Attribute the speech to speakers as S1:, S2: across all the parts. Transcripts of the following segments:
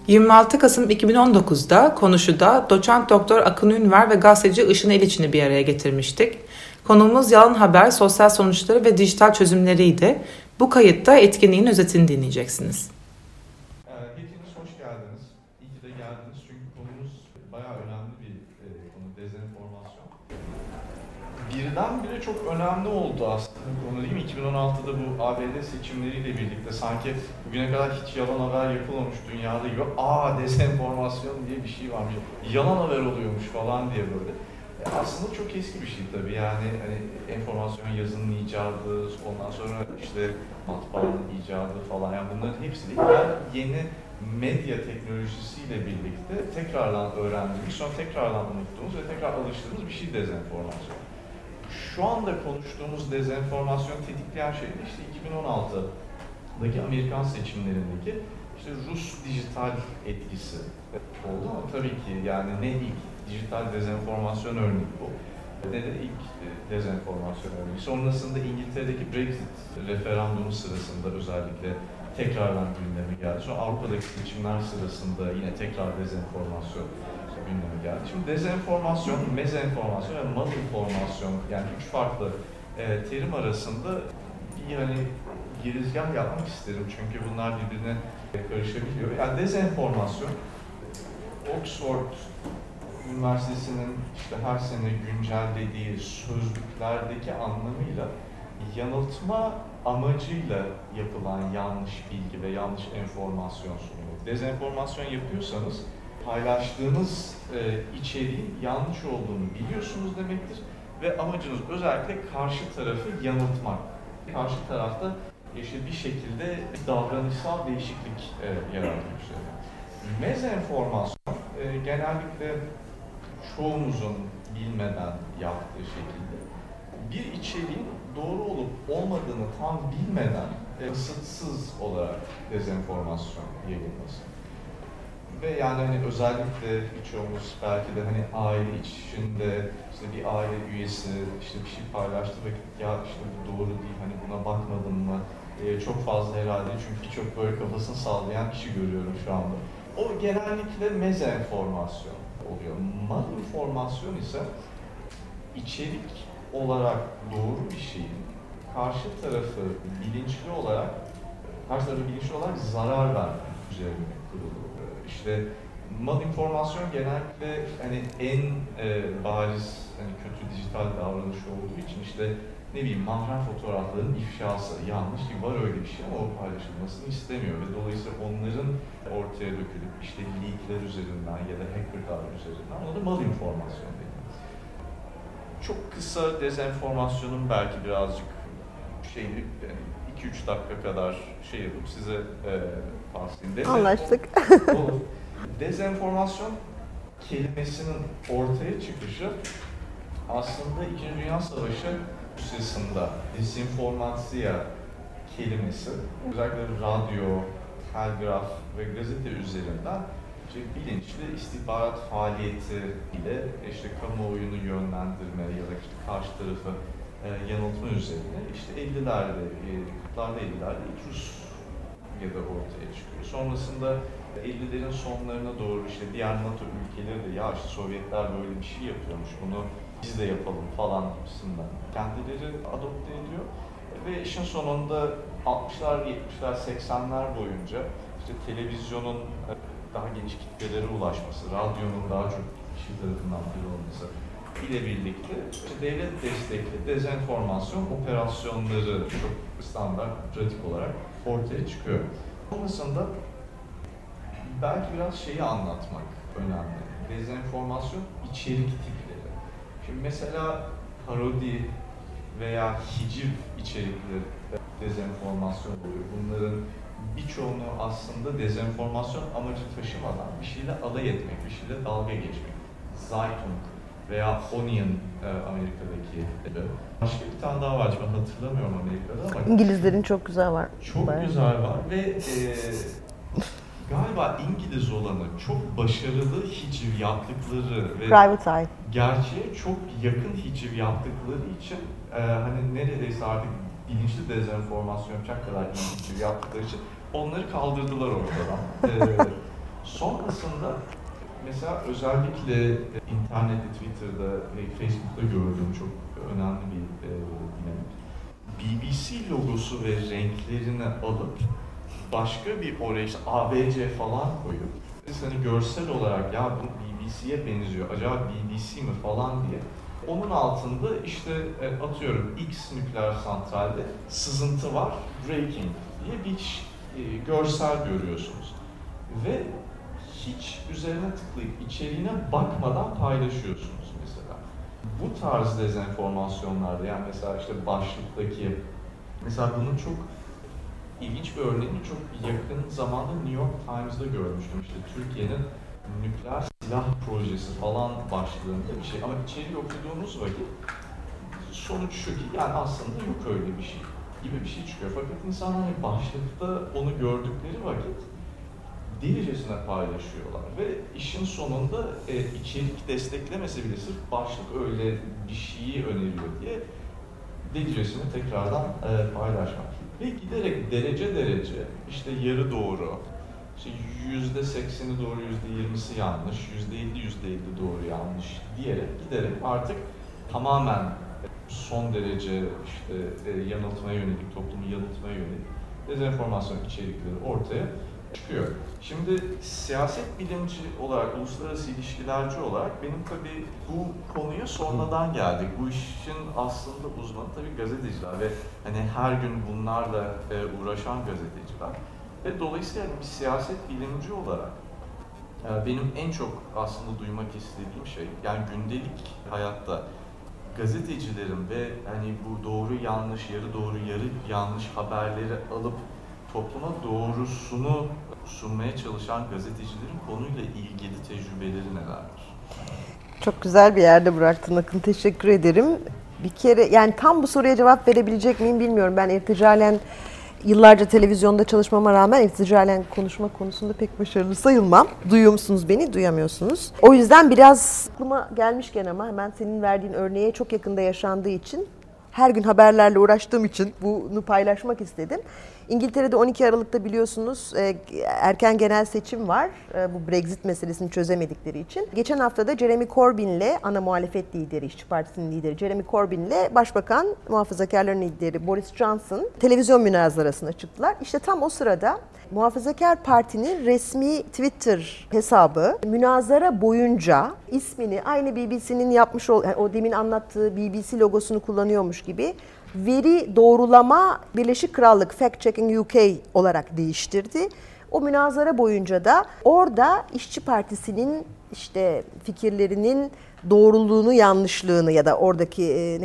S1: 26 Kasım 2019'da Konuşu'da doçent doktor Akın Ünver ve gazeteci Işın Eliçin'i bir araya getirmiştik. Konuğumuz yalan haber, sosyal sonuçları ve dijital çözümleriydi. Bu kayıtta etkinliğin özetini dinleyeceksiniz.
S2: Hepiniz hoş geldiniz. İyi ki de geldiniz çünkü konumuz bayağı önemli bir konu, dezenformasyon. Birdenbire çok önemli oldu aslında konu değil mi? 2016'da bu ABD seçimleriyle birlikte sanki bugüne kadar hiç yalan haber yapılmamış dünyada gibi dezenformasyon diye bir şey varmış, yalan haber oluyormuş falan diye böyle. Aslında çok eski bir şey tabii yani hani enformasyon yazının icadı, ondan sonra işte matbaanın icadı falan yani bunların hepsini yeni medya teknolojisiyle birlikte tekrardan öğrendiğimiz, sonra tekrardan unuttuğumuz ve tekrar alıştığımız bir şey dezenformasyon. Şu anda konuştuğumuz dezenformasyon tetikleyen şey de işte 2016'daki Amerikan seçimlerindeki işte Rus dijital etkisi oldu ama tabii ki yani ne ilk dijital dezenformasyon örneği bu ne de ilk dezenformasyon örneği. Sonrasında İngiltere'deki Brexit referandumu sırasında özellikle tekrardan gündeme geldi. Sonra Avrupa'daki seçimler sırasında yine tekrar dezenformasyon gündeme geldi. Şimdi dezenformasyon, mezenformasyon ve malinformasyon yani üç farklı terim arasında bir girizgah yapmak isterim çünkü bunlar birbirine karışabiliyor. Yani dezenformasyon, Oxford Üniversitesi'nin işte her sene güncellediği sözlüklerdeki anlamıyla yanıltma amacıyla yapılan yanlış bilgi ve yanlış enformasyon sunumu. Dezenformasyon yapıyorsanız paylaştığınız içeriğin yanlış olduğunu biliyorsunuz demektir ve amacınız özellikle karşı tarafı yanıltmak. Karşı tarafta işte bir şekilde davranışsal değişiklik yaratmak üzere. Mezenformasyon genellikle çoğumuzun bilmeden yaptığı şekilde bir içeriğin doğru olup olmadığını tam bilmeden kısıtsız olarak dezenformasyon yayılması. Ve yani hani özellikle birçoğumuz belki de hani aile içinde işte bir aile üyesi işte bir şey paylaştı ve ya işte bu doğru değil hani buna bakmadın mı çok fazla herhalde çünkü birçok böyle kafasını sallayan kişi görüyorum şu anda. O genellikle mezenformasyon oluyor. Malinformasyon ise içerik olarak doğru bir şeyin karşı tarafı bilinçli olarak zarar vermek üzerine kurulu. İşte malinformasyon genellikle hani en bariz hani kötü dijital davranış olduğu için işte ne bileyim mahrem fotoğrafların ifşası yanlış ki var öyle bir şey ama o paylaşılmasını istemiyor ve dolayısıyla onların ortaya dökülüp işte leakler üzerinden ya da hackerlar üzerinden ona da malinformasyon deniyor. Çok kısa dezenformasyonun belki birazcık şeyini 2-3 dakika kadar yapıp size bahsedeyim.
S1: Anlaştık.
S2: Dezenformasyon kelimesinin ortaya çıkışı aslında İkinci Dünya Savaşı sırasında dezinformasya kelimesi özellikle radyo, telgraf ve gazete üzerinden bilinçli istihbarat faaliyeti ile işte kamuoyunu yönlendirme ya da işte karşı tarafı yanıltma üzerine işte 50'lerde, 40'larda 50'lerde ilk Rusya'da ortaya çıkıyor. Sonrasında 50'lerin sonlarına doğru işte diğer NATO ülkeleri de ya işte Sovyetler böyle bir şey yapıyormuş bunu biz de yapalım falan gibisinden kendileri adopte ediyor. Ve işin sonunda 60'lar, 70'ler, 80'ler boyunca işte televizyonun daha geniş kitlelere ulaşması, radyonun daha çok kişi tarafından duyulması ile birlikte işte devlet destekli dezenformasyon operasyonları çok standart, pratik olarak ortaya çıkıyor. Sonrasında belki biraz şeyi anlatmak önemli. Dezenformasyon içerik tipleri. Şimdi mesela parodi veya hiciv içerikleri dezenformasyon oluyor. Bunların birçoğunu aslında dezenformasyon amacı taşımadan bir şeyle alay etmek, bir şeyle dalga geçmek. Zeitung veya Onion Amerika'daki. Başka bir tane daha var, ben hatırlamıyorum Amerika'da ama...
S3: İngilizlerin çok güzel var.
S2: Çok bayağı güzel var ve galiba İngiliz olanı çok başarılı hiciv yaptıkları ve
S3: Private Eye.
S2: gerçeğe çok yakın hiciv yaptıkları için hani neredeyse artık bilinçli dezenformasyon yapacak kadar iyi hiciv yaptıkları için onları kaldırdılar ortadan. Sonrasında mesela özellikle internette, Twitter'da ve Facebook'ta gördüğüm çok önemli bir dinamik. BBC logosu ve renklerini alıp başka bir oraya işte ABC falan koyup hani görsel olarak ya bu BBC'ye benziyor, acaba BBC mi falan diye. Onun altında işte atıyorum X nükleer santralde sızıntı var, breaking diye bir görsel görüyorsunuz. Ve hiç üzerine tıklayıp içeriğine bakmadan paylaşıyorsunuz mesela. Bu tarz dezenformasyonlarda yani mesela işte başlıktaki mesela bunun çok ilginç bir örneğini çok yakın zamanda New York Times'da görmüştüm. İşte Türkiye'nin nükleer silah projesi falan başlığında bir şey. Ama içeriği okuduğumuz vakit sonuç şu ki yani aslında yok öyle bir şey gibi bir şey çıkıyor. Fakat insanlar başlıkta onu gördükleri vakit delicesine paylaşıyorlar ve işin sonunda içerik desteklemese bile sırf başlık öyle bir şeyi öneriyor diye delicesini tekrardan paylaşmak. Ve giderek derece işte yarı doğru, işte %80'i doğru, %20'si yanlış, %50 doğru yanlış diyerek giderek artık tamamen son derece işte yanıltmaya yönelik, toplumu yanıltmaya yönelik dezenformasyon içerikleri ortaya çıkıyor. Şimdi siyaset bilimci olarak, uluslararası ilişkilerci olarak benim tabii bu konuya sonradan geldik. Bu işin aslında uzmanı tabii gazeteciler ve hani her gün bunlarla uğraşan gazeteciler. Ve dolayısıyla bir siyaset bilimci olarak benim en çok aslında duymak istediğim şey, yani gündelik hayatta gazetecilerin ve hani bu doğru yanlış, yarı doğru yarı yanlış haberleri alıp topluma doğrusunu sunmaya çalışan gazetecilerin konuyla ilgili tecrübeleri nelerdir?
S3: Çok güzel bir yerde bıraktın Akın. Teşekkür ederim. Bir kere yani tam bu soruya cevap verebilecek miyim bilmiyorum. Ben irticalen yıllarca televizyonda çalışmama rağmen irticalen konuşma konusunda pek başarılı sayılmam. Duyuyor musunuz beni? Duyamıyorsunuz. O yüzden biraz aklıma gelmişken ama hemen senin verdiğin örneğe çok yakında yaşandığı için her gün haberlerle uğraştığım için bunu paylaşmak istedim. İngiltere'de 12 Aralık'ta biliyorsunuz erken genel seçim var. Bu Brexit meselesini çözemedikleri için. Geçen hafta da Jeremy Corbyn'le ana muhalefet lideri, İşçi Partisi'nin lideri Jeremy Corbyn'le Başbakan muhafazakarların lideri Boris Johnson televizyon münazarasına çıktılar. İşte tam o sırada Muhafazakar Parti'nin resmi Twitter hesabı münazara boyunca ismini aynı BBC'nin yapmış o demin anlattığı BBC logosunu kullanıyormuş gibi veri doğrulama Birleşik Krallık Fact Checking UK olarak değiştirdi. O münazara boyunca da orada İşçi Partisi'nin işte fikirlerinin doğruluğunu, yanlışlığını ya da oradaki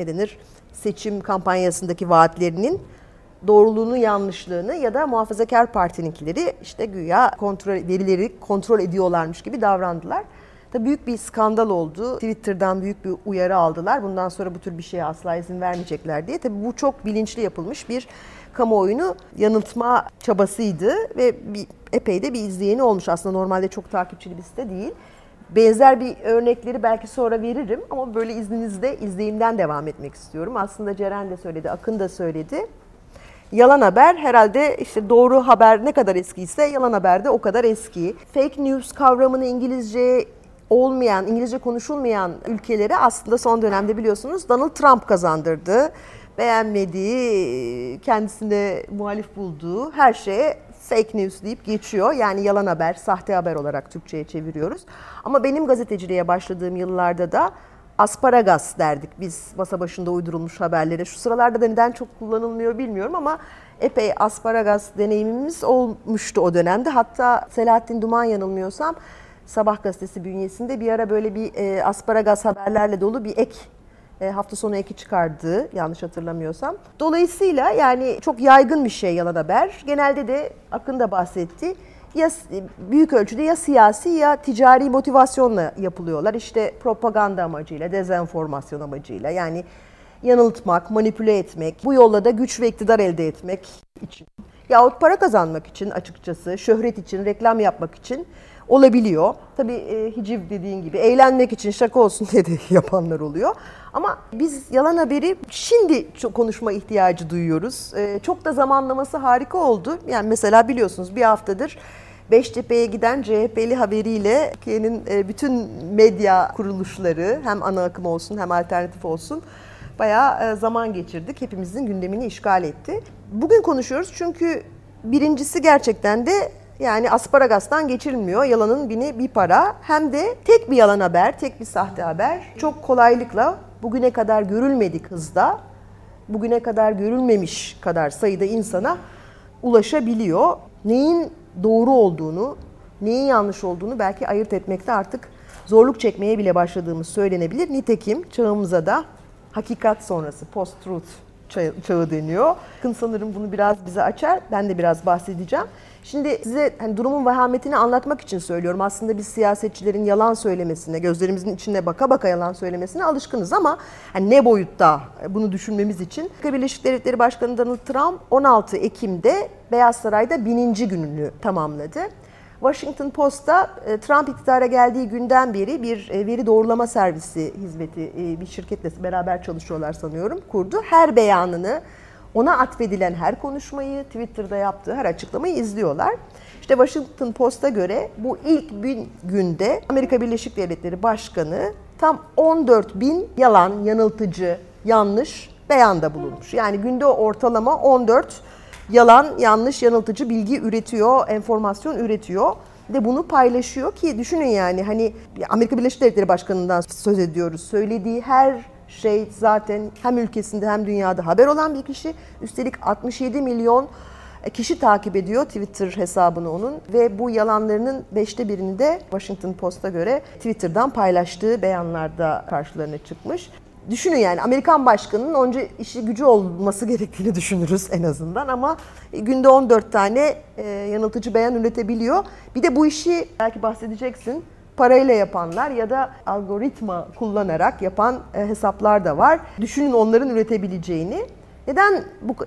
S3: seçim kampanyasındaki vaatlerinin doğruluğunu, yanlışlığını ya da Muhafazakar Parti'ninkileri işte güya verileri kontrol ediyorlarmış gibi davrandılar. Tabii büyük bir skandal oldu. Twitter'dan büyük bir uyarı aldılar. Bundan sonra bu tür bir şeye asla izin vermeyecekler diye. Tabii bu çok bilinçli yapılmış bir kamuoyunu yanıltma çabasıydı ve epey de bir izleyeni olmuş. Aslında normalde çok takipçili bir site değil. Benzer bir örnekleri belki sonra veririm ama böyle izninizle izleyimden devam etmek istiyorum. Aslında Ceren de söyledi, Akın da söyledi. Yalan haber herhalde işte doğru haber ne kadar eskiyse yalan haber de o kadar eski. Fake news kavramını İngilizce konuşulmayan ülkelere aslında son dönemde biliyorsunuz Donald Trump kazandırdı. Beğenmediği, kendisine muhalif bulduğu her şeye fake news deyip geçiyor. Yani yalan haber, sahte haber olarak Türkçe'ye çeviriyoruz. Ama benim gazeteciliğe başladığım yıllarda da asparagas derdik biz masa başında uydurulmuş haberlere. Şu sıralarda da neden çok kullanılmıyor bilmiyorum ama epey asparagas deneyimimiz olmuştu o dönemde. Hatta Selahattin Duman yanılmıyorsam Sabah gazetesi bünyesinde bir ara böyle bir asparagas haberlerle dolu bir ek, hafta sonu eki çıkardı yanlış hatırlamıyorsam. Dolayısıyla yani çok yaygın bir şey yalan haber. Genelde de Akın da bahsetti. Ya büyük ölçüde ya siyasi ya ticari motivasyonla yapılıyorlar. İşte propaganda amacıyla, dezenformasyon amacıyla yani yanıltmak, manipüle etmek, bu yolla da güç ve iktidar elde etmek için. Yahut para kazanmak için açıkçası, şöhret için, reklam yapmak için olabiliyor. Tabii hiciv dediğin gibi eğlenmek için şaka olsun diye de yapanlar oluyor. Ama biz yalan haberi şimdi konuşma ihtiyacı duyuyoruz. Çok da zamanlaması harika oldu. Yani mesela biliyorsunuz bir haftadır Beştepe'ye giden CHP'li haberiyle Türkiye'nin bütün medya kuruluşları hem ana akım olsun hem alternatif olsun bayağı zaman geçirdik. Hepimizin gündemini işgal etti. Bugün konuşuyoruz çünkü birincisi gerçekten de yani asparagastan geçirilmiyor. Yalanın bini bir para. Hem de tek bir yalan haber, tek bir sahte haber çok kolaylıkla bugüne kadar görülmedik hızda, bugüne kadar görülmemiş kadar sayıda insana ulaşabiliyor. Neyin doğru olduğunu, neyin yanlış olduğunu belki ayırt etmekte artık zorluk çekmeye bile başladığımız söylenebilir. Nitekim çağımıza da hakikat sonrası, post-truth çağı deniyor. Sanırım bunu biraz bize açar. Ben de biraz bahsedeceğim. Şimdi size hani durumun vehametini anlatmak için söylüyorum. Aslında biz siyasetçilerin yalan söylemesine, gözlerimizin içine baka baka yalan söylemesine alışkınız ama hani ne boyutta bunu düşünmemiz için Amerika Birleşik Devletleri Başkanı Donald Trump 16 Ekim'de Beyaz Saray'da 1000. gününü tamamladı. Washington Post'ta Trump iktidara geldiği günden beri bir veri doğrulama servisi hizmeti bir şirketle beraber çalışıyorlar sanıyorum kurdu. Her beyanını, ona atfedilen her konuşmayı, Twitter'da yaptığı her açıklamayı izliyorlar. İşte Washington Post'a göre bu ilk günde Amerika Birleşik Devletleri Başkanı tam 14.000 yalan, yanıltıcı, yanlış beyanda bulunmuş. Yani günde ortalama 14 yalan, yanlış, yanıltıcı bilgi üretiyor, enformasyon üretiyor ve bunu paylaşıyor ki düşünün yani hani Amerika Birleşik Devletleri Başkanı'ndan söz ediyoruz. Söylediği her şey zaten hem ülkesinde hem dünyada haber olan bir kişi. Üstelik 67 milyon kişi takip ediyor Twitter hesabını onun ve bu yalanlarının 5'te birini de Washington Post'a göre Twitter'dan paylaştığı beyanlarda karşılarına çıkmış. Düşünün yani Amerikan başkanının onca işi gücü olması gerektiğini düşünürüz en azından ama günde 14 tane yanıltıcı beyan üretebiliyor. Bir de bu işi belki bahsedeceksin parayla yapanlar ya da algoritma kullanarak yapan hesaplar da var. Düşünün onların üretebileceğini. Neden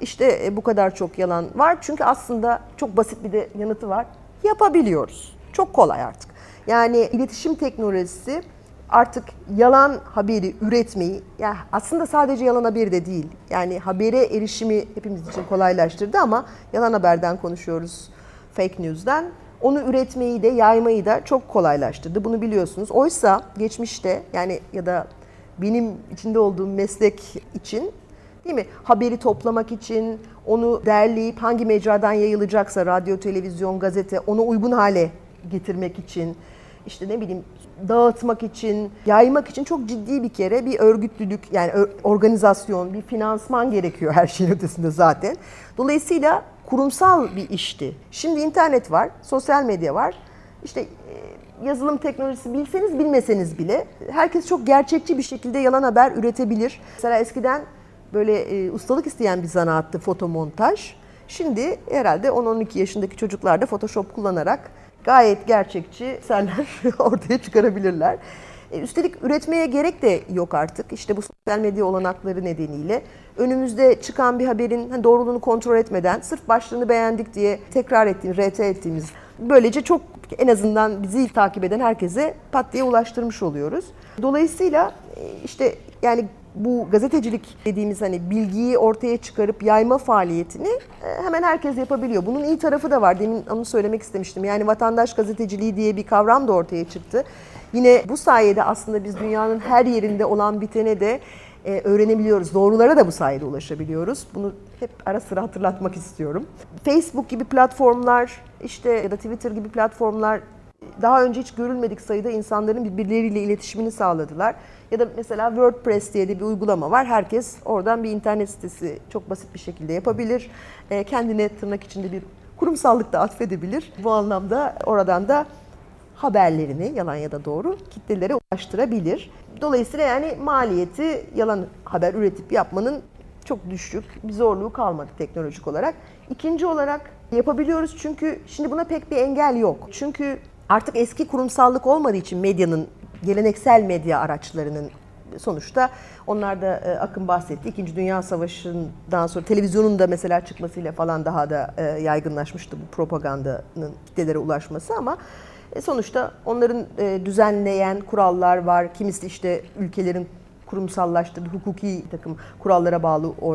S3: bu kadar çok yalan var? Çünkü aslında çok basit bir de yanıtı var. Yapabiliyoruz. Çok kolay artık. Yani iletişim teknolojisi artık yalan haberi üretmeyi, yani aslında sadece yalan haberi de değil. Yani habere erişimi hepimiz için kolaylaştırdı ama yalan haberden konuşuyoruz, fake news'den. Onu üretmeyi de yaymayı da çok kolaylaştırdı. Bunu biliyorsunuz. Oysa geçmişte yani ya da benim içinde olduğum meslek için değil mi? Haberi toplamak için, onu derleyip hangi mecradan yayılacaksa radyo, televizyon, gazete onu uygun hale getirmek için işte ne bileyim dağıtmak için, yaymak için çok ciddi bir kere bir örgütlülük yani organizasyon, bir finansman gerekiyor her şeyin ötesinde zaten. Dolayısıyla kurumsal bir işti. Şimdi internet var, sosyal medya var. İşte yazılım teknolojisi bilseniz bilmeseniz bile herkes çok gerçekçi bir şekilde yalan haber üretebilir. Mesela eskiden böyle ustalık isteyen bir zanaattı fotomontaj. Şimdi herhalde 10-12 yaşındaki çocuklar da Photoshop kullanarak gayet gerçekçi eserler ortaya çıkarabilirler. Üstelik üretmeye gerek de yok artık. İşte bu sosyal medya olanakları nedeniyle önümüzde çıkan bir haberin doğruluğunu kontrol etmeden sırf başlığını beğendik diye tekrar ettiğimiz, RT ettiğimiz böylece çok en azından bizi takip eden herkese pat diye ulaştırmış oluyoruz. Dolayısıyla işte yani bu gazetecilik dediğimiz hani bilgiyi ortaya çıkarıp yayma faaliyetini hemen herkes yapabiliyor. Bunun iyi tarafı da var. Demin onu söylemek istemiştim. Yani vatandaş gazeteciliği diye bir kavram da ortaya çıktı. Yine bu sayede aslında biz dünyanın her yerinde olan bitene de öğrenebiliyoruz. Doğrulara da bu sayede ulaşabiliyoruz. Bunu hep ara sıra hatırlatmak istiyorum. Facebook gibi platformlar işte ya da Twitter gibi platformlar daha önce hiç görülmedik sayıda insanların birbirleriyle iletişimini sağladılar. Ya da mesela WordPress diye de bir uygulama var. Herkes oradan bir internet sitesi çok basit bir şekilde yapabilir. Kendine tırnak içinde bir kurumsallık da atfedebilir. Bu anlamda oradan da haberlerini yalan ya da doğru kitlelere ulaştırabilir. Dolayısıyla yani maliyeti yalan haber üretip yapmanın çok düşük, bir zorluğu kalmadı teknolojik olarak. İkinci olarak yapabiliyoruz çünkü şimdi buna pek bir engel yok. Çünkü artık eski kurumsallık olmadığı için medyanın, geleneksel medya araçlarının sonuçta onlar da Akın bahsetti. İkinci Dünya Savaşı'ndan sonra televizyonun da mesela çıkmasıyla falan daha da yaygınlaşmıştı bu propagandanın kitlelere ulaşması ama sonuçta onların düzenleyen kurallar var. Kimisi işte ülkelerin kurumsallaştırdığı hukuki takım kurallara bağlı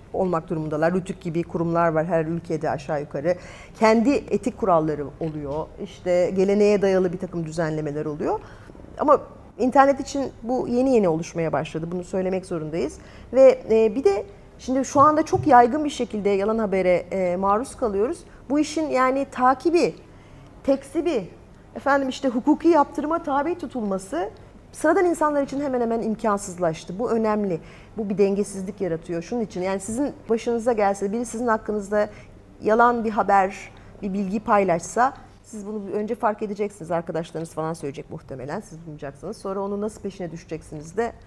S3: olmak durumundalar. Rütük gibi kurumlar var her ülkede aşağı yukarı. Kendi etik kuralları oluyor. İşte geleneğe dayalı bir takım düzenlemeler oluyor. Ama internet için bu yeni yeni oluşmaya başladı. Bunu söylemek zorundayız. Ve bir de şimdi şu anda çok yaygın bir şekilde yalan habere maruz kalıyoruz. Bu işin yani takibi, tekzibi, işte hukuki yaptırıma tabi tutulması sıradan insanlar için hemen hemen imkansızlaştı. Bu önemli. Bu bir dengesizlik yaratıyor. Şunun için yani sizin başınıza gelse biri sizin hakkınızda yalan bir haber, bir bilgi paylaşsa siz bunu önce fark edeceksiniz. Arkadaşlarınız falan söyleyecek muhtemelen. Siz bulmayacaksınız. Sonra onu nasıl peşine düşeceksiniz de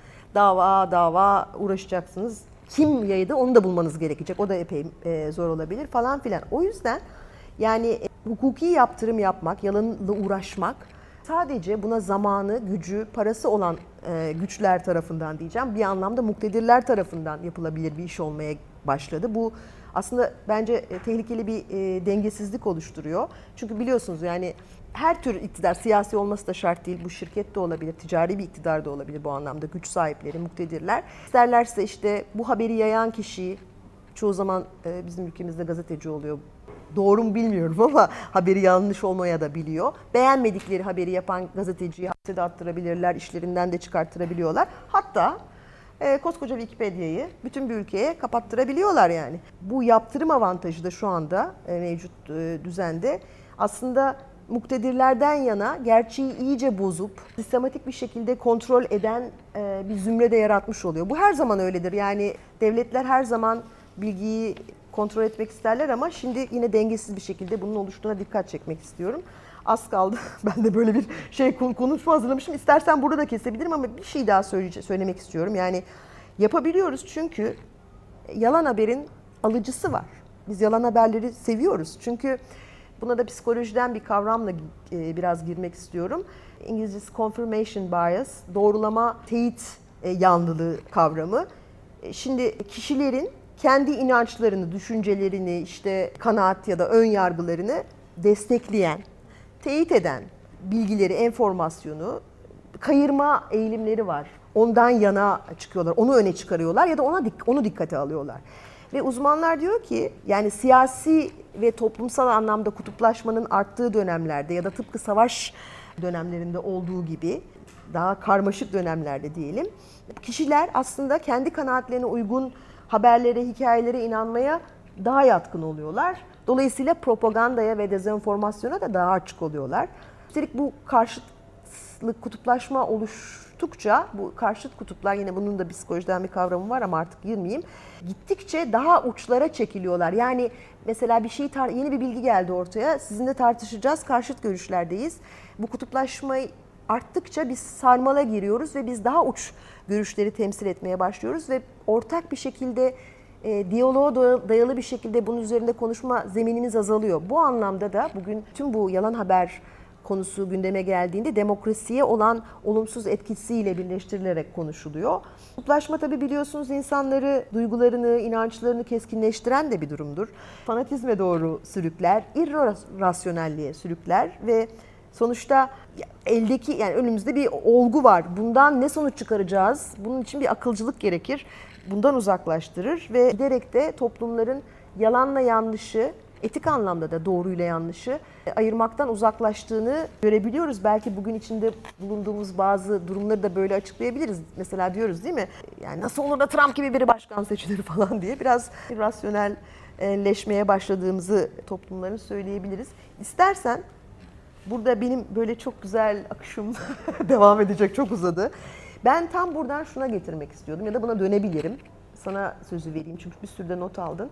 S3: dava uğraşacaksınız. Kim yaydı onu da bulmanız gerekecek. O da epey zor olabilir falan filan. O yüzden yani hukuki yaptırım yapmak, yalanla uğraşmak sadece buna zamanı, gücü, parası olan güçler tarafından diyeceğim. Bir anlamda muktedirler tarafından yapılabilir bir iş olmaya başladı. Bu aslında bence tehlikeli bir dengesizlik oluşturuyor. Çünkü biliyorsunuz yani her tür iktidar, siyasi olması da şart değil. Bu şirket de olabilir, ticari bir iktidar da olabilir bu anlamda. Güç sahipleri, muktedirler. İsterlerse işte bu haberi yayan kişiyi, çoğu zaman bizim ülkemizde gazeteci oluyor. Doğru mu bilmiyorum ama haberi yanlış olmaya da biliyor. Beğenmedikleri haberi yapan gazeteciyi hapse de attırabilirler, işlerinden de çıkarttırabiliyorlar. Hatta koskoca Wikipedia'yı bütün bir ülkeye kapattırabiliyorlar yani. Bu yaptırım avantajı da şu anda mevcut düzende aslında muktedirlerden yana gerçeği iyice bozup sistematik bir şekilde kontrol eden bir zümre de yaratmış oluyor. Bu her zaman öyledir. Yani devletler her zaman bilgiyi kontrol etmek isterler ama şimdi yine dengesiz bir şekilde bunun oluştuğuna dikkat çekmek istiyorum. Az kaldı. Ben de böyle bir konuşma hazırlamışım. İstersen burada da kesebilirim ama bir şey daha söylemek istiyorum. Yani yapabiliyoruz çünkü yalan haberin alıcısı var. Biz yalan haberleri seviyoruz. Çünkü buna da psikolojiden bir kavramla biraz girmek istiyorum. İngilizcesi confirmation bias, doğrulama teyit yanlılığı kavramı. Şimdi kişilerin kendi inançlarını, düşüncelerini, işte kanaat ya da ön yargılarını destekleyen, teyit eden bilgileri, enformasyonu kayırma eğilimleri var. Ondan yana çıkıyorlar, onu öne çıkarıyorlar ya da onu dikkate alıyorlar. Ve uzmanlar diyor ki yani siyasi ve toplumsal anlamda kutuplaşmanın arttığı dönemlerde ya da tıpkı savaş dönemlerinde olduğu gibi daha karmaşık dönemlerde diyelim, kişiler aslında kendi kanaatlerine uygun haberlere, hikayelere inanmaya daha yatkın oluyorlar. Dolayısıyla propagandaya ve dezenformasyona da daha açık oluyorlar. Üstelik bu karşıtlık, kutuplaşma oluştukça, bu karşıt kutuplar yine bunun da psikolojiden bir kavramı var ama artık girmeyeyim. Gittikçe daha uçlara çekiliyorlar. Yani mesela bir şey yeni bir bilgi geldi ortaya. Sizinle tartışacağız, karşıt görüşlerdeyiz. Bu kutuplaşmayı arttıkça biz sarmala giriyoruz ve biz daha uç görüşleri temsil etmeye başlıyoruz ve ortak bir şekilde diyaloğa dayalı bir şekilde bunun üzerinde konuşma zeminimiz azalıyor. Bu anlamda da bugün tüm bu yalan haber konusu gündeme geldiğinde demokrasiye olan olumsuz etkisiyle birleştirilerek konuşuluyor. Kutuplaşma tabii biliyorsunuz insanları, duygularını, inançlarını keskinleştiren de bir durumdur. Fanatizme doğru sürükler, irrasyonelliğe sürükler ve sonuçta eldeki yani önümüzde bir olgu var. Bundan ne sonuç çıkaracağız? Bunun için bir akılcılık gerekir. Bundan uzaklaştırır ve giderek de toplumların yalanla yanlışı, etik anlamda da doğruyla yanlışı ayırmaktan uzaklaştığını görebiliyoruz. Belki bugün içinde bulunduğumuz bazı durumları da böyle açıklayabiliriz. Mesela diyoruz değil mi? Yani nasıl olur da Trump gibi biri başkan seçilir falan diye biraz rasyonelleşmeye başladığımızı toplumların söyleyebiliriz. İstersen burada benim böyle çok güzel akışım devam edecek, çok uzadı. Ben tam buradan şuna getirmek istiyordum ya da buna dönebilirim. Sana sözü vereyim çünkü bir sürü de not aldın.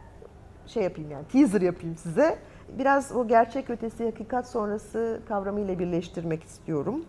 S3: Şey yapayım yani teaser yapayım size. Biraz o gerçek ötesi, hakikat sonrası kavramıyla birleştirmek istiyorum.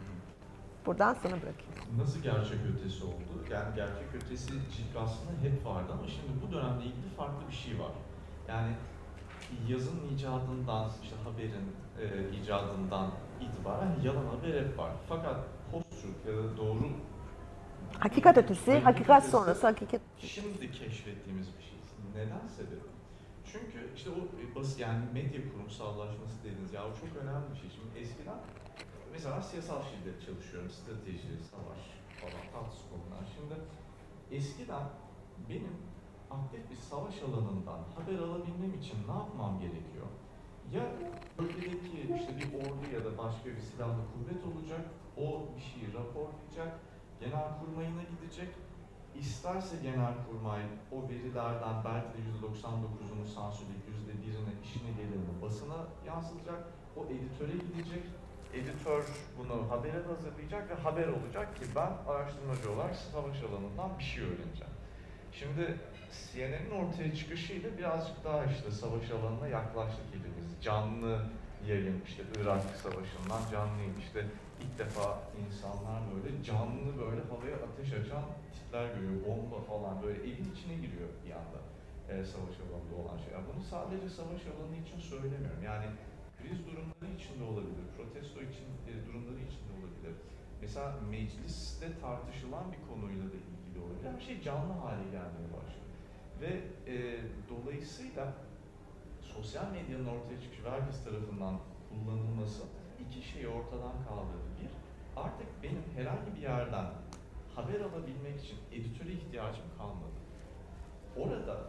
S3: Buradan sana bırakayım.
S2: Nasıl gerçek ötesi oldu? Yani gerçek ötesi ciddi aslında hep vardı ama şimdi bu dönemle ilgili farklı bir şey var. Yani yazın icadından, işte haberin icadından itibaren yalan haber hep var. Fakat post-truth ya da doğru
S3: hakikat ötesi, hakikat sonrası, hakikat.
S2: Şimdi keşfettiğimiz bir şey. Neden sebebi? Çünkü işte o basit yani medya kurumsallaşması dediğiniz ya o çok önemli bir şey. Şimdi eskiden mesela siyasal şiddet çalışıyorum, strateji, savaş falan tatsız konular. Şimdi eskiden benim aktif bir savaş alanından haber alabilmem için ne yapmam gerekiyor? Ya bölgedeki işte bir ordu ya da başka bir silahlı kuvvet olacak, o bir şeyi raporlayacak, Genelkurmay'ına gidecek. İsterse Genelkurmay o verilerden belki de %99'unu sansürleyip %1'ini işine gelerini basına yansıtacak, o editöre gidecek. Editör bunu habere hazırlayacak ve haber olacak ki ben araştırmacı olarak savaş alanından bir şey öğreneceğim. Şimdi CNN'in ortaya çıkışıyla birazcık daha işte savaş alanına yaklaştık hepimiz. Canlı yayın, işte Irak Savaşı'ndan canlı yayın, işte ilk defa insanlar böyle canlı böyle havaya ateş açan tipler görüyor, bomba falan böyle evin içine giriyor bir anda savaş alanında olan şey. Yani bunu sadece savaş alanı için söylemiyorum. Yani kriz durumları içinde olabilir, protesto için durumları içinde olabilir. Mesela mecliste tartışılan bir konuyla da ilgili olabilir. Her şey canlı hale gelmeye başlıyor. Ve dolayısıyla sosyal medyanın ortaya çıkışı ve herkes tarafından kullanılması iki şeyi ortadan kaldırdı. Bir, artık benim herhangi bir yerden haber alabilmek için editöre ihtiyacım kalmadı. Orada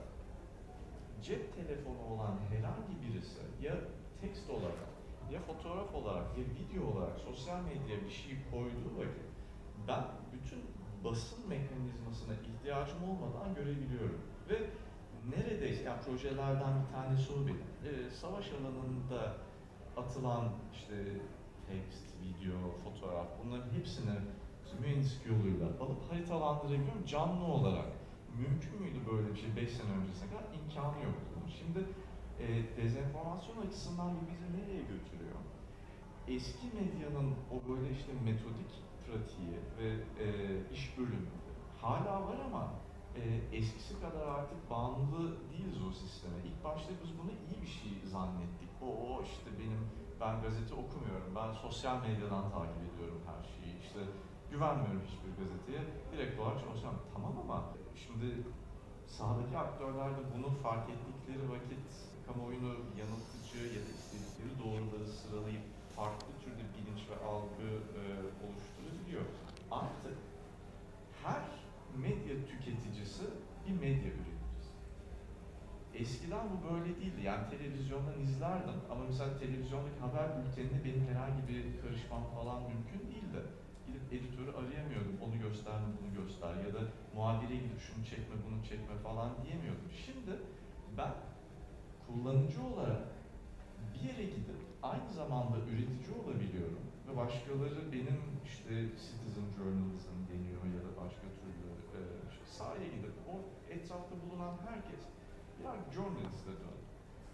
S2: cep telefonu olan herhangi birisi ya tekst olarak, ya fotoğraf olarak, ya video olarak sosyal medyaya bir şey koyduğu vakit ben bütün basın mekanizmasına ihtiyacım olmadan görebiliyorum. Ve neredeyse, yani projelerden bir tanesi o benim. Savaş alanında atılan işte tekst, video, fotoğraf, bunların hepsini mühendislik yoluyla alıp haritalandırabiliyorum canlı olarak. Mümkün müydü böyle bir şey 5 sene öncesine kadar? İmkanı yoktu. Şimdi dezenformasyon açısından bu bizi nereye götürüyor? Eski medyanın o böyle işte metodik pratiği ve iş bölümü hala var ama eskisi kadar artık bağımlı değiliz o sisteme. İlk başta biz bunu iyi bir şey zannettik. O işte ben gazete okumuyorum, ben sosyal medyadan takip ediyorum her şeyi. İşte güvenmiyorum hiçbir gazeteye. Direkt olarak sosyal medya. Tamam ama şimdi sahadaki aktörler de bunu fark ettikleri vakit kamuoyunu yanıltıcı ya da istedikleri doğruları sıralayıp farklı türde bilinç ve algı oluşturabiliyor. Artık her medya tüketicisi bir medya üreticisi. Eskiden bu böyle değildi. Yani televizyondan izlerdim ama mesela televizyondaki haber bülteninde benim herhangi bir karışmam falan mümkün değildi. Gidip editörü arayamıyordum, onu göster, bunu göster ya da muhabire gidip şunu çekme, bunu çekme falan diyemiyordum. Şimdi ben kullanıcı olarak bir yere gidip aynı zamanda üretici olabiliyorum ve başkaları benim işte citizen journalism deniyor ya da başka türlü sahaya gidip o etrafta bulunan herkes birer journalist'e döndü.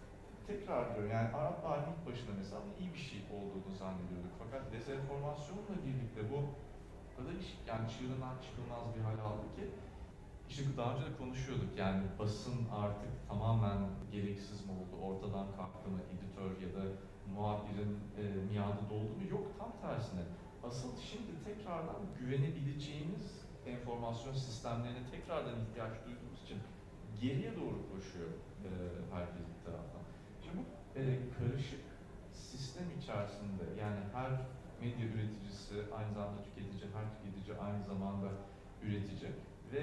S2: Tekrar diyorum, yani Arap Baharı ilk başına mesela iyi bir şey olduğunu zannediyorduk. Fakat dezenformasyonla birlikte bu kadar yani çığırından çıkılmaz bir hal aldı ki işte daha önce de konuşuyorduk, yani basın artık tamamen gereksiz mi oldu, ortadan kalktı mı, editör ya da muhabirin miadı doldu mu? Yok, tam tersine. Asıl şimdi tekrardan güvenebileceğimiz enformasyon sistemlerine tekrardan ihtiyaç duyduğumuz için geriye doğru koşuyor herkes bir taraftan. Şimdi bu karışık sistem içerisinde, yani her medya üreticisi aynı zamanda tüketici, her tüketici aynı zamanda üretici ve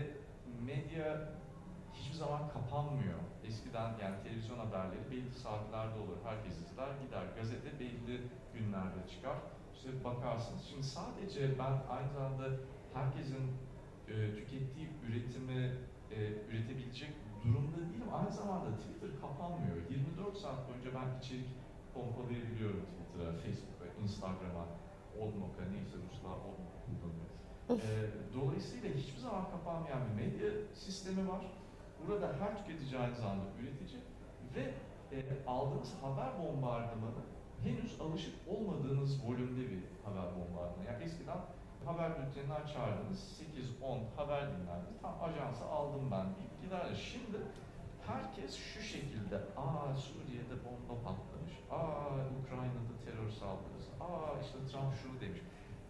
S2: medya hiçbir zaman kapanmıyor. Eskiden yani televizyon haberleri belli saatlerde olur, herkes izler, gider. Gazete belli günlerde çıkar, işte bakarsınız. Şimdi sadece ben aynı zamanda herkesin tükettiği üretimi üretebilecek durumda değilim. Aynı zamanda Twitter kapanmıyor. 24 saat boyunca ben içerik pompalayabiliyorum Twitter'a, Facebook'a, Instagram'a, Olmoka, neyse Ruslar Olmoka kullanıyor. Dolayısıyla hiçbir zaman kapanmayan bir medya sistemi var. Burada her tüketici aynı zamanda üretici ve aldığınız haber bombardımanı henüz alışık olmadığınız volümde bir haber bombardımanı. Yani eskiden haber bültenini açardınız, 8-10 haber dinlerdiniz. Tam ajansı aldım ben deyip gider. Şimdi herkes şu şekilde, Suriye'de bomba patlamış, Ukrayna'da terör saldırısı, işte Trump şunu demiş.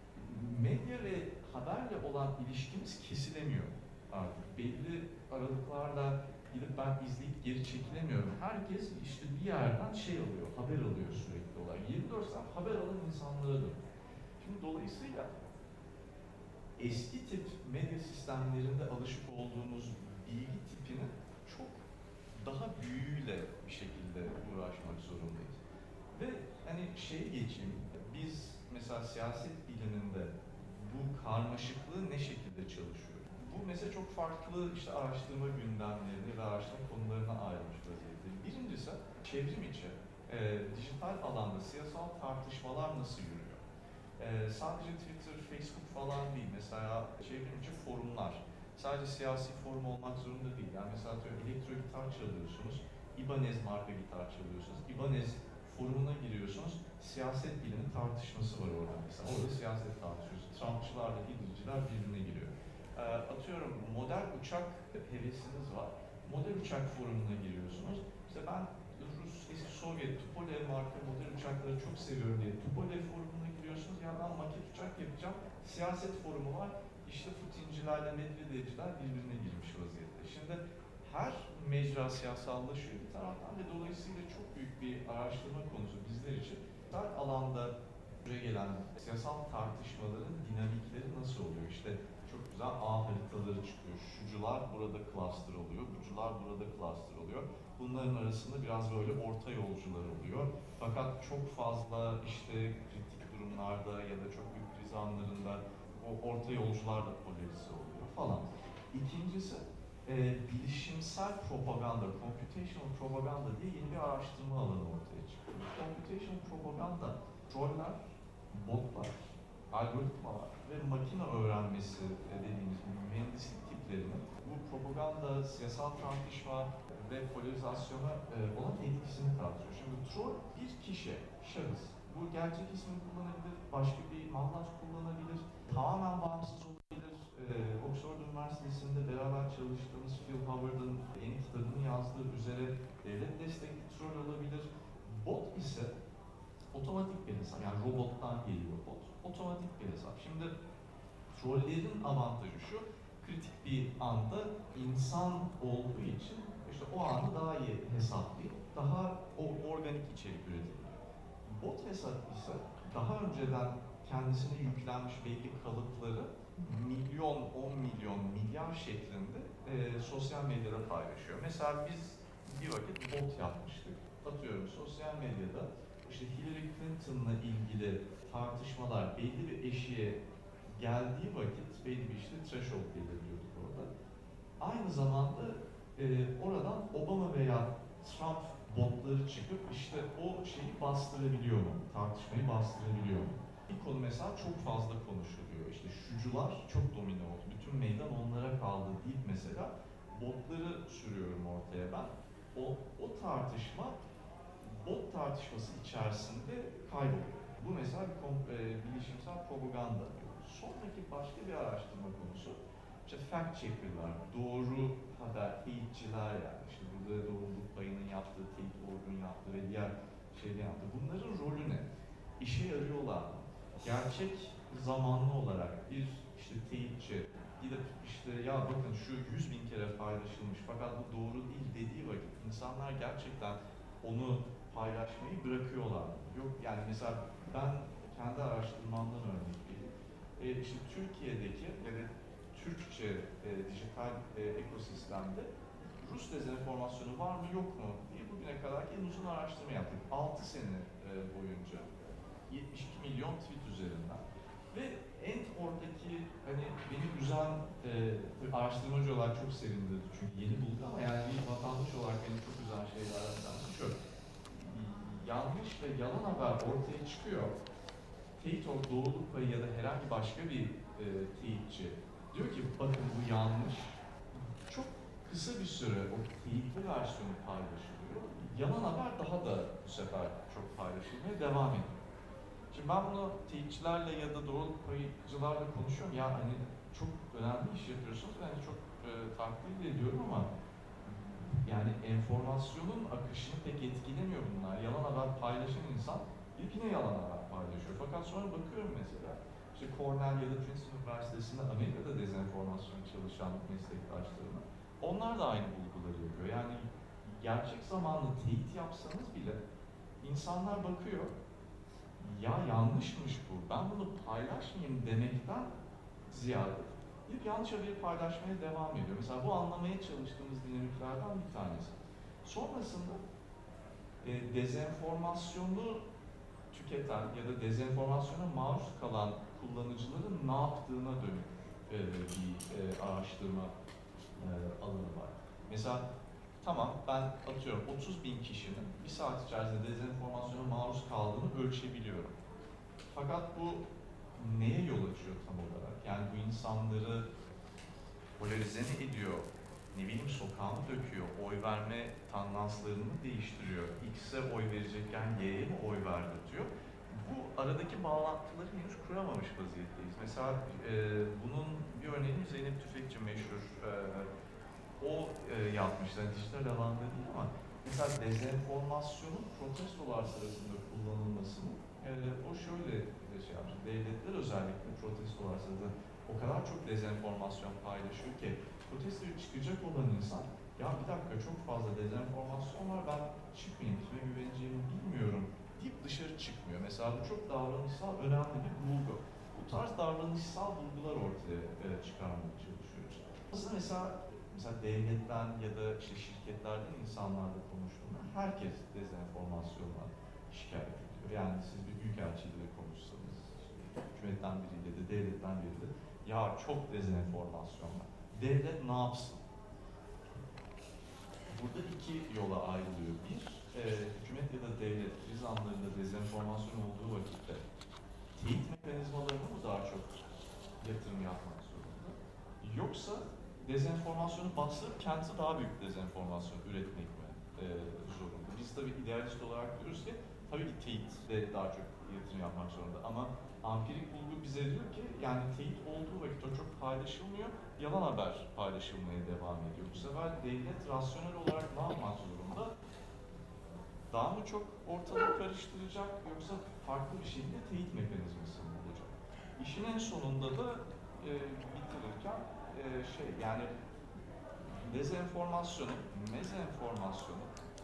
S2: Medya ve haberle olan ilişkimiz kesilemiyor artık. Belli aralıklarla gidip ben izleyip geri çekilemiyorum. Herkes işte bir yerden alıyor, haber alıyor sürekli olarak. 24 saat haber alan insanlara dönüyor. Şimdi dolayısıyla eski tip medya sistemlerinde alışık olduğumuz bilgi tipini daha büyüğüyle bir şekilde uğraşmak zorundayız. Ve hani şeye geçeyim, biz mesela siyaset biliminde bu karmaşıklığı ne şekilde çalışıyor? Bu mesela çok farklı işte araştırma gündemlerini ve araştırma konularına ayrılmış vaziyette. Birincisi çevrim içi, dijital alanda siyasal tartışmalar nasıl yürüyor? Sadece Twitter, Facebook falan değil. Mesela çevrim içi forumlar. Sadece siyasi forum olmak zorunda değil. Yani mesela elektro gitar çalıyorsunuz, Ibanez marka gitar çalıyorsunuz. Ibanez forumuna giriyorsunuz, siyaset bilimi tartışması var orada mesela. Orada siyaset tartışıyorsunuz. Trumpçılarla Hitler'ciler birbirine giriyor. Atıyorum model uçak hevesiniz var. Model uçak forumuna giriyorsunuz. İşte ben Rus, eski Sovyet, Tupolev marka model uçakları çok seviyorum diye Tupolev forumuna giriyorsunuz. Ya ben maket uçak yapacağım. Siyaset forumu var. İşte Putin'cilerle Medvedev'ciler birbirine girmiş vaziyette. Şimdi her mecra siyasallaşıyor bir taraftan ve dolayısıyla çok büyük bir araştırma konusu bizler için. Her alanda buraya gelen siyasal tartışmaların dinamikleri nasıl oluyor? İşte çok güzel ağ haritaları çıkıyor. Şucular burada cluster oluyor, bucular burada cluster oluyor. Bunların arasında biraz böyle orta yolcular oluyor. Fakat çok fazla işte kritik durumlarda ya da çok büyük kriz anlarında o orta yolcular da polarize oluyor falan. İkincisi, bilişimsel propaganda, computational propaganda diye yeni bir araştırma alanı ortaya çıkıyor. Computational propaganda, troller, botlar, algoritmalar ve makine öğrenmesi dediğimiz mühendislik tiplerinin bu propaganda, siyasal tartışma ve polarizasyona olan etkisini tartışıyor. Şimdi troll bir kişi, şahıs. Bu gerçek ismini kullanabilir, başka bir mandat kullanabilir, tamamen bağımsız olabilir. Oxford Üniversitesi'nde beraber çalıştığımız Phil Howard'ın yeni kitabını yazdığı üzere devlet destekli troll olabilir. Bot ise otomatik bir hesap, yani robottan geliyor bot. Otomatik bir hesap. Şimdi trollerin avantajı şu, kritik bir anda insan olduğu için işte o anı daha iyi hesaplayıp daha organik içerik üretiliyor. Bot hesap ise daha önceden kendisine yüklenmiş belli kalıpları milyon, 10 milyon, milyar şeklinde sosyal medyada paylaşıyor. Mesela biz bir vakit bot yapmıştık. Atıyorum sosyal medyada işte Hillary Clinton'la ilgili tartışmalar belli bir eşiğe geldiği vakit belli bir işte threshold belirliyorduk orada. Aynı zamanda oradan Obama veya Trump botları çıkıp işte o şeyi bastırabiliyor mu? Tartışmayı bastırabiliyor mu? Bir konu mesela çok fazla konuşuluyor. İşte şucular çok domine oldu. Bütün meydan onlara kaldı deyip mesela botları sürüyorum ortaya ben. O tartışma bot tartışması içerisinde kayboluyor. Bu mesela bilişimsel propaganda. Sonraki başka bir araştırma konusu işte fact checker'lar, doğru haber, teyitçiler yani. İşte burada doğruluk payının yaptığı, teyit ordunun yaptığı ve diğer şeyleri yaptığı. Bunların rolü ne? İşe yarıyorlar mı? Gerçek zamanlı olarak bir işte teyitçi gidip işte ya bakın şu 100.000 kere paylaşılmış fakat bu doğru değil dediği vakit insanlar gerçekten onu paylaşmayı bırakıyorlar. Yok yani mesela ben kendi araştırmamdan örnek vereyim. İşte Türkiye'deki ya da Türkçe dijital ekosistemde Rus dezenformasyonu var mı yok mu diye bugüne kadar en uzun araştırma yaptık. 6 sene boyunca 72 milyon tweet üzerinden. Ve en oradaki hani beni üzen araştırmacı olarak çok sevindirdi çünkü yeni bulduk ama yani bir vatandaş olarak beni çok üzen şeylerden şu. Yanlış ve yalan haber ortaya çıkıyor. Teyit doğruluk payı ya da herhangi başka bir teyitçi diyor ki bakın bu yanlış. Çok kısa bir süre o teyitli versiyonu paylaşılıyor. Yalan haber daha da bu sefer çok paylaşılmaya devam ediyor. Şimdi ben bunu teyitçilerle ya da doğruluk payıcılarla konuşuyorum. Ya hani çok önemli iş yapıyorsunuz. Ben çok takdir ediyorum ama yani enformasyonun akışını pek etkilemiyor bunlar. Yalan haber paylaşan insan yine yalan haber paylaşıyor. Fakat sonra bakıyorum mesela işte Cornell ya da Princeton Üniversitesi'nde Amerika'da dezenformasyon çalışan meslektaşlarına onlar da aynı bulguları yapıyor. Yani gerçek zamanlı teyit yapsanız bile insanlar bakıyor ya yanlışmış bu, ben bunu paylaşmayayım demekten ziyade gidip yanlış haberi paylaşmaya devam ediyor. Mesela bu anlamaya çalıştığımız dinamiklerden bir tanesi. Sonrasında dezenformasyonu tüketen ya da dezenformasyona maruz kalan kullanıcıların ne yaptığına dönük bir araştırma alanı var. Mesela tamam, ben atıyorum 30.000 kişinin bir saat içerisinde dezenformasyona maruz kaldığını ölçebiliyorum. Fakat bu neye yol açıyor tam olarak? Yani bu insanları polarize mi ediyor? Ne bileyim, sokağa mı döküyor? Oy verme tandanslarını mı değiştiriyor? X'e oy verecekken Y'ye mi oy verdirtiyor? Bu aradaki bağlantıları henüz kuramamış vaziyetteyiz. Mesela bunun bir örneğini Zeynep Tüfekçi meşhur o yapmışlar. Dijital alanda değil ama mesela dezenformasyonun protestolar sırasında kullanılmasını o şöyle şey yapmış. Devletler özellikle protestolar sırasında o kadar çok dezenformasyon paylaşıyor ki protestoya çıkacak olan insan ya bir dakika çok fazla dezenformasyon var, ben çıkmayayım, kime güveneceğimi bilmiyorum deyip dışarı çıkmıyor. Mesela bu çok davranışsal önemli bir bulgu. Bu tarz davranışsal bulgular ortaya çıkarmaya çalışıyoruz. Aslında mesela devletten ya da işte şirketlerden insanlarla konuştuğumda herkes dezenformasyonla şikayet ediyor. Yani siz bir büyükelçiyle konuşsanız, işte hükümetten biriyle de devletten biriyle de ya çok dezenformasyon var. Devlet ne yapsın? Burada iki yola ayrılıyor. Bir, hükümet ya da devlet kriz anlarında dezenformasyon olduğu vakitte teyit mekanizmalarına mı daha çok yatırım yapmak zorunda? Yoksa dezenformasyonu bastırıp kendisi daha büyük dezenformasyon üretmek mi zorunda? Biz tabii idealist olarak diyoruz ki tabii ki teyitle daha çok yatırım yapmak zorunda ama ampirik bulgu bize diyor ki yani teyit olduğu vakit o çok paylaşılmıyor, yalan haber paylaşılmaya devam ediyor. Bu sefer devlet rasyonel olarak ne yapmak zorunda? Daha mı çok ortalığı karıştıracak yoksa farklı bir şekilde teyit mekanizması mı olacak? İşin en sonunda da bitirirken yani dezenformasyonu, mezenformasyonu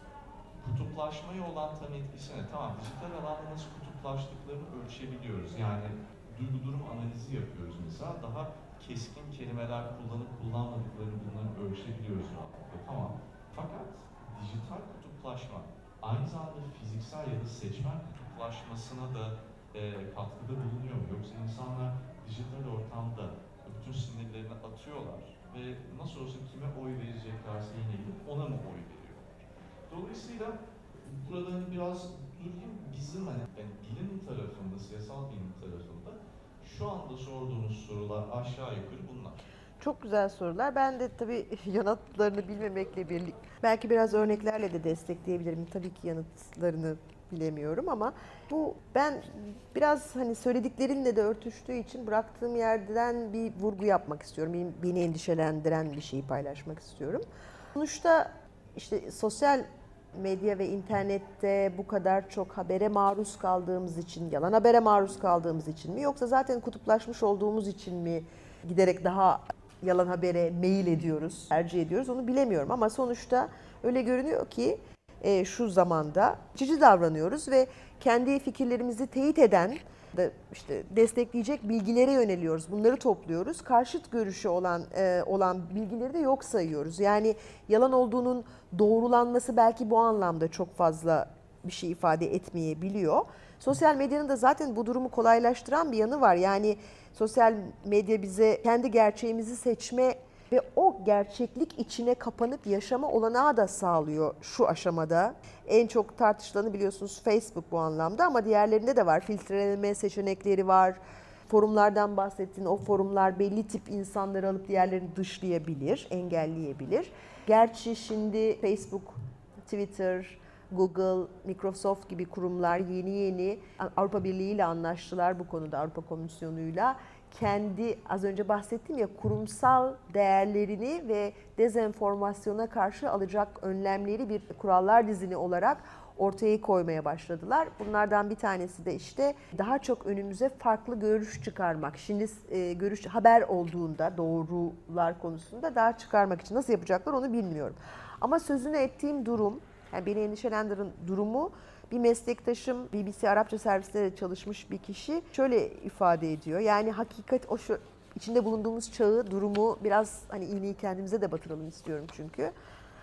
S2: kutuplaşmaya olan tam etkisine, tamam dijital alanda nasıl kutuplaştıklarını ölçebiliyoruz. Yani duygu durum analizi yapıyoruz mesela. Daha keskin kelimeler kullanıp kullanmadıklarını bunları ölçebiliyoruz rahatlıkla. Tamam. Fakat dijital kutuplaşma aynı zamanda fiziksel ya da seçmen kutuplaşmasına da katkıda bulunuyor mu? Yoksa insanlar dijital ortamda bütün sinirlerini atıyorlar ve nasıl olsa kime oy vereceklerse yine gidip ona mı oy veriyorlar? Dolayısıyla burada biraz durayım, bizim yani bilim tarafında, siyasal bilim tarafında şu anda sorduğunuz sorular aşağı yukarı bunlar.
S3: Çok güzel sorular. Ben de tabii yanıtlarını bilmemekle birlikte belki biraz örneklerle de destekleyebilirim. Tabii ki yanıtlarını bilemiyorum ama bu ben biraz hani söylediklerinle de örtüştüğü için bıraktığım yerden bir vurgu yapmak istiyorum. Beni endişelendiren bir şeyi paylaşmak istiyorum. Sonuçta işte sosyal medya ve internette bu kadar çok habere maruz kaldığımız için, yalan habere maruz kaldığımız için mi yoksa zaten kutuplaşmış olduğumuz için mi giderek daha yalan habere meyil ediyoruz, tercih ediyoruz onu bilemiyorum ama sonuçta öyle görünüyor ki şu zamanda cici davranıyoruz ve kendi fikirlerimizi teyit eden, işte destekleyecek bilgilere yöneliyoruz. Bunları topluyoruz. Karşıt görüşü olan bilgileri de yok sayıyoruz. Yani yalan olduğunun doğrulanması belki bu anlamda çok fazla bir şey ifade etmeyebiliyor. Sosyal medyanın da zaten bu durumu kolaylaştıran bir yanı var. Yani sosyal medya bize kendi gerçeğimizi seçme ve o gerçeklik içine kapanıp yaşama olanağı da sağlıyor şu aşamada. En çok tartışılanı biliyorsunuz Facebook bu anlamda ama diğerlerinde de var. Filtreleme seçenekleri var. Forumlardan bahsettiğin o forumlar belli tip insanları alıp diğerlerini dışlayabilir, engelleyebilir. Gerçi şimdi Facebook, Twitter, Google, Microsoft gibi kurumlar yeni Avrupa Birliği ile anlaştılar bu konuda, Avrupa Komisyonu'yla. Kendi az önce bahsettiğim ya kurumsal değerlerini ve dezenformasyona karşı alacak önlemleri bir kurallar dizini olarak ortaya koymaya başladılar. Bunlardan bir tanesi de işte daha çok önümüze farklı görüş çıkarmak. Şimdi görüş haber olduğunda doğrular konusunda daha çıkarmak için nasıl yapacaklar onu bilmiyorum. Ama sözünü ettiğim durum, yani beni endişelendiren durumu bir meslektaşım BBC Arapça servisinde de çalışmış bir kişi şöyle ifade ediyor. Yani hakikat o şu içinde bulunduğumuz çağı, durumu biraz hani iğneyi kendimize de batıralım istiyorum çünkü.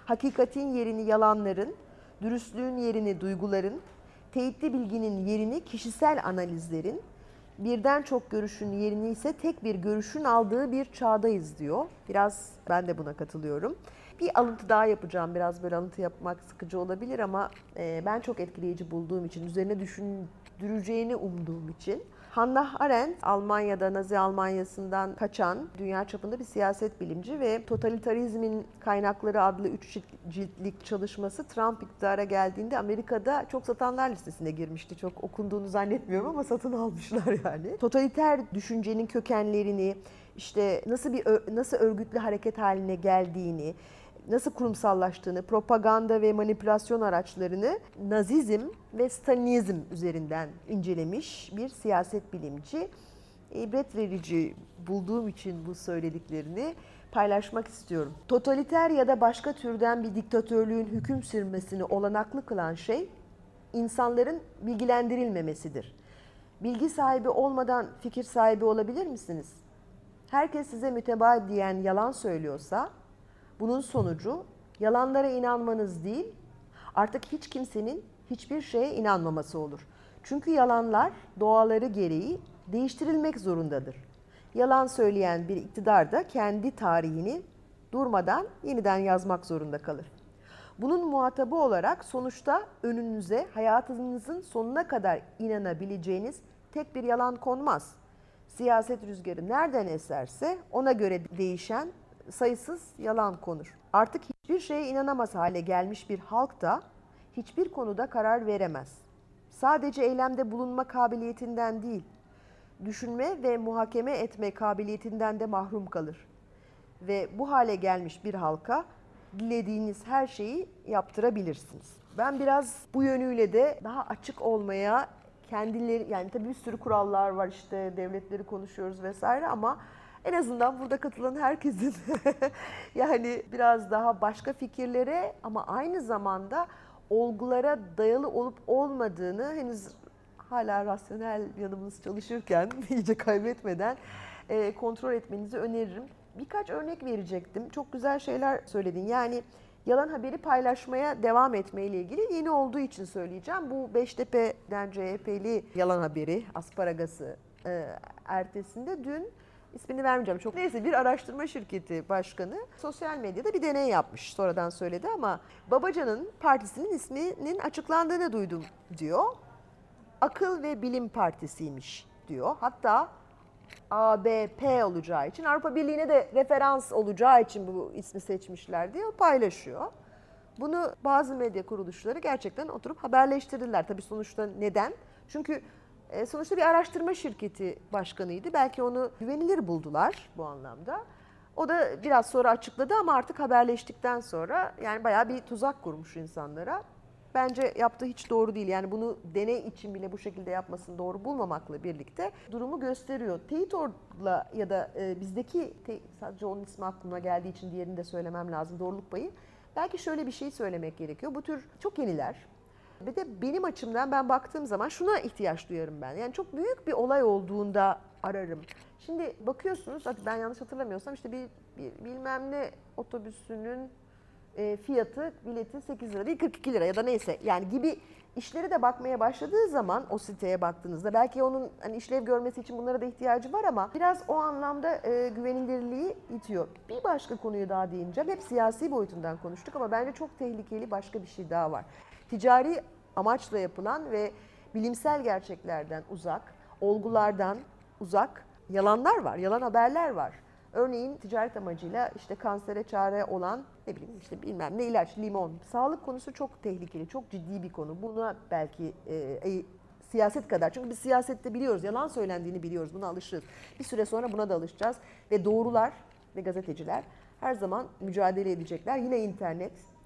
S3: Hakikatin yerini yalanların, dürüstlüğün yerini duyguların, teyitli bilginin yerini kişisel analizlerin, birden çok görüşün yerini ise tek bir görüşün aldığı bir çağdayız diyor. Biraz ben de buna katılıyorum. Bir alıntı daha yapacağım. Biraz böyle alıntı yapmak sıkıcı olabilir ama ben çok etkileyici bulduğum için, üzerine düşündüreceğini umduğum için. Hannah Arendt, Almanya'da Nazi Almanya'sından kaçan dünya çapında bir siyaset bilimci ve Totalitarizmin Kaynakları adlı 3 ciltlik çalışması Trump iktidara geldiğinde Amerika'da çok satanlar listesine girmişti. Çok okunduğunu zannetmiyorum ama satın almışlar yani. Totaliter düşüncenin kökenlerini, işte nasıl örgütlü hareket haline geldiğini, nasıl kurumsallaştığını, propaganda ve manipülasyon araçlarını Nazizm ve Stalinizm üzerinden incelemiş bir siyaset bilimci. İbret verici bulduğum için bu söylediklerini paylaşmak istiyorum. Totaliter ya da başka türden bir diktatörlüğün hüküm sürmesini olanaklı kılan şey, insanların bilgilendirilmemesidir. Bilgi sahibi olmadan fikir sahibi olabilir misiniz? Herkes size mütebadiyen yalan söylüyorsa, bunun sonucu yalanlara inanmanız değil, artık hiç kimsenin hiçbir şeye inanmaması olur. Çünkü yalanlar doğaları gereği değiştirilmek zorundadır. Yalan söyleyen bir iktidar da kendi tarihini durmadan yeniden yazmak zorunda kalır. Bunun muhatabı olarak sonuçta önünüze hayatınızın sonuna kadar inanabileceğiniz tek bir yalan konmaz. Siyaset rüzgarı nereden eserse ona göre değişen sayısız yalan konur. Artık hiçbir şeye inanamaz hale gelmiş bir halk da hiçbir konuda karar veremez. Sadece eylemde bulunma kabiliyetinden değil, düşünme ve muhakeme etme kabiliyetinden de mahrum kalır. Ve bu hale gelmiş bir halka dilediğiniz her şeyi yaptırabilirsiniz. Ben biraz bu yönüyle de daha açık olmaya, kendileri, yani tabii bir sürü kurallar var, işte devletleri konuşuyoruz vesaire ama en azından burada katılan herkesin yani biraz daha başka fikirlere ama aynı zamanda olgulara dayalı olup olmadığını henüz hala rasyonel yanımız çalışırken iyice kaybetmeden kontrol etmenizi öneririm. Birkaç örnek verecektim. Çok güzel şeyler söyledin. Yani yalan haberi paylaşmaya devam etmeyle ilgili yeni olduğu için söyleyeceğim. Bu Beştepe'den CHP'li yalan haberi, Asparagası ertesinde dün ismini vermeyeceğim çok. Neyse bir araştırma şirketi başkanı sosyal medyada bir deney yapmış. Sonradan söyledi ama Babacan'ın partisinin isminin açıklandığını duydum diyor. Akıl ve Bilim Partisi'ymiş diyor. Hatta ABP olacağı için, Avrupa Birliği'ne de referans olacağı için bu ismi seçmişler diye paylaşıyor. Bunu bazı medya kuruluşları gerçekten oturup haberleştirdiler. Tabii sonuçta neden? Çünkü sonuçta bir araştırma şirketi başkanıydı. Belki onu güvenilir buldular bu anlamda. O da biraz sonra açıkladı ama artık haberleştikten sonra yani bayağı bir tuzak kurmuş insanlara. Bence yaptığı hiç doğru değil. Yani bunu deney için bile bu şekilde yapmasını doğru bulmamakla birlikte durumu gösteriyor. Teyit.org'la ya da bizdeki, sadece onun ismi aklıma geldiği için diğerini de söylemem lazım, doğruluk payı. Belki şöyle bir şey söylemek gerekiyor. Bu tür çok yeniler. Ve de benim açımdan ben baktığım zaman şuna ihtiyaç duyarım ben. Yani çok büyük bir olay olduğunda ararım. Şimdi bakıyorsunuz, ben yanlış hatırlamıyorsam işte bir bilmem ne otobüsünün fiyatı, bileti 8 lira değil 42 lira ya da neyse yani gibi işlere de bakmaya başladığı zaman o siteye baktığınızda belki onun hani işlev görmesi için bunlara da ihtiyacı var ama biraz o anlamda güvenilirliği itiyor. Bir başka konuyu daha değineceğim. Hep siyasi boyutundan konuştuk ama bence çok tehlikeli başka bir şey daha var. Ticari amaçla yapılan ve bilimsel gerçeklerden uzak, olgulardan uzak yalanlar var, yalan haberler var. Örneğin ticaret amacıyla işte kansere çare olan ne bileyim işte bilmem ne ilaç, limon. Sağlık konusu çok tehlikeli, çok ciddi bir konu. Buna belki siyaset kadar. Çünkü biz siyasette biliyoruz, yalan söylendiğini biliyoruz, buna alışırız. Bir süre sonra buna da alışacağız. Ve doğrular ve gazeteciler her zaman mücadele edecekler. Yine internet,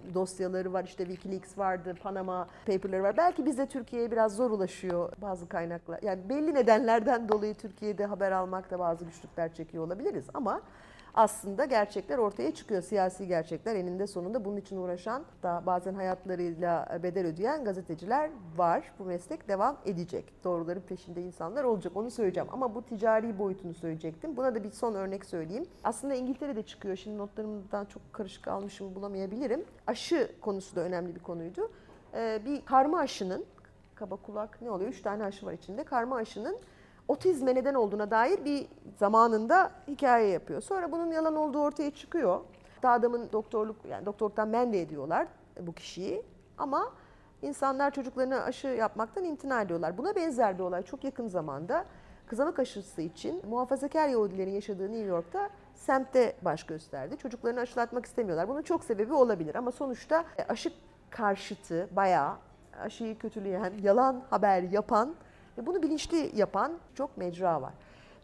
S3: dosyaları var. İşte Wikileaks vardı, Panama Paper'ları var. Belki bize Türkiye'ye biraz zor ulaşıyor bazı kaynaklar. Yani belli nedenlerden dolayı Türkiye'de haber almakta bazı güçlükler çekiyor olabiliriz ama aslında gerçekler ortaya çıkıyor. Siyasi gerçekler eninde sonunda bunun için uğraşan, da bazen hayatlarıyla bedel ödeyen gazeteciler var. Bu meslek devam edecek. Doğruların peşinde insanlar olacak. Onu söyleyeceğim. Ama bu ticari boyutunu söyleyecektim. Buna da bir son örnek söyleyeyim. Aslında İngiltere'de çıkıyor. Şimdi notlarımdan çok karışık almışım, bulamayabilirim. Aşı konusu da önemli bir konuydu. Bir karma aşının, kaba kulak ne oluyor? 3 tane aşı var içinde. Karma aşının otizme neden olduğuna dair bir zamanında hikaye yapıyor. Sonra bunun yalan olduğu ortaya çıkıyor. Adamın doktorluktan men de ediyorlar bu kişiyi. Ama insanlar çocuklarına aşı yapmaktan imtina ediyorlar. Buna benzer bir olay çok yakın zamanda kızamık aşısı için muhafazakar Yahudilerin yaşadığı New York'ta semtte baş gösterdi. Çocuklarını aşılatmak istemiyorlar. Bunun çok sebebi olabilir ama sonuçta aşı karşıtı, bayağı aşıyı kötüleyen, yalan haber yapan ve bunu bilinçli yapan çok mecra var.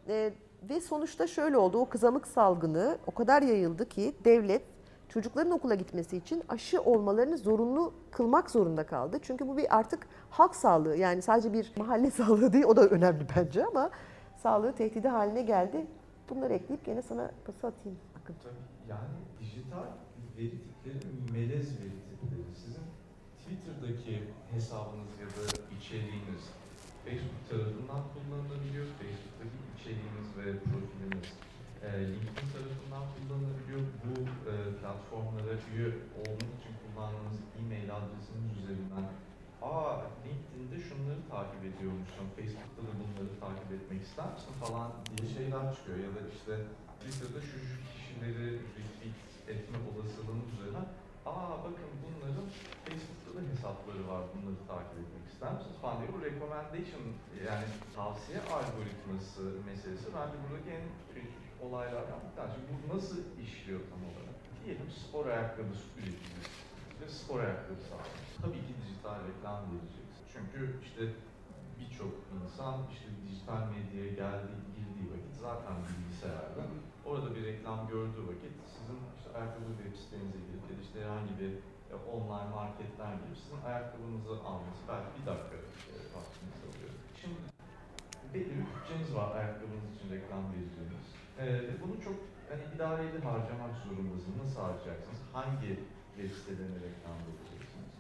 S3: Ve sonuçta şöyle oldu, o kızamık salgını o kadar yayıldı ki devlet çocukların okula gitmesi için aşı olmalarını zorunlu kılmak zorunda kaldı. Çünkü bu bir artık halk sağlığı, yani sadece bir mahalle sağlığı değil, o da önemli bence ama sağlığı tehdidi haline geldi. Bunları ekleyip gene sana pası atayım. Akın.
S2: Tabii yani dijital veri tipleri melez veri tipleri. Sizin Twitter'daki hesabınız ya da içeriğiniz Facebook tarafından kullanılabiliyor. Facebook'taki içeriğiniz ve profiliniz LinkedIn tarafından kullanılabiliyor. Bu platformlara üye olmak için kullandığınız e-mail adresiniz üzerinden LinkedIn'de şunları takip ediyormuşsun, Facebook'ta da bunları takip etmek ister misin falan diye şeyler çıkıyor. Ya da işte Twitter'da şu kişileri retweet etme olasılığının üzerine bakın bunların Facebook'ta da hesapları var, bunları takip etmek ister misiniz falan diye. Bu recommendation, yani tavsiye algoritması meselesi bence buradaki en kritik olaylardan bir tanesi. Bu nasıl işliyor tam olarak? Diyelim spor ayakkabısı üreticisi ve spor ayakkabısı almış. Tabii ki dijital reklam vereceksin. Çünkü işte birçok insan işte dijital medyaya girdiği vakit zaten bilgisayarda orada bir reklam gördüğü vakit sizin işte ayakkabı web sitenize girip ya da işte herhangi bir online marketten girip sizin ayakkabınızı alması belki bir dakika vaktinizi alıyor. Şimdi belli bir bütçeniz var ayakkabınız için reklam vereceğiniz. Bunu çok idareli harcamak zorundasınız. Nasıl harcayacaksınız? Hangi web sitelerine reklam vereceksiniz?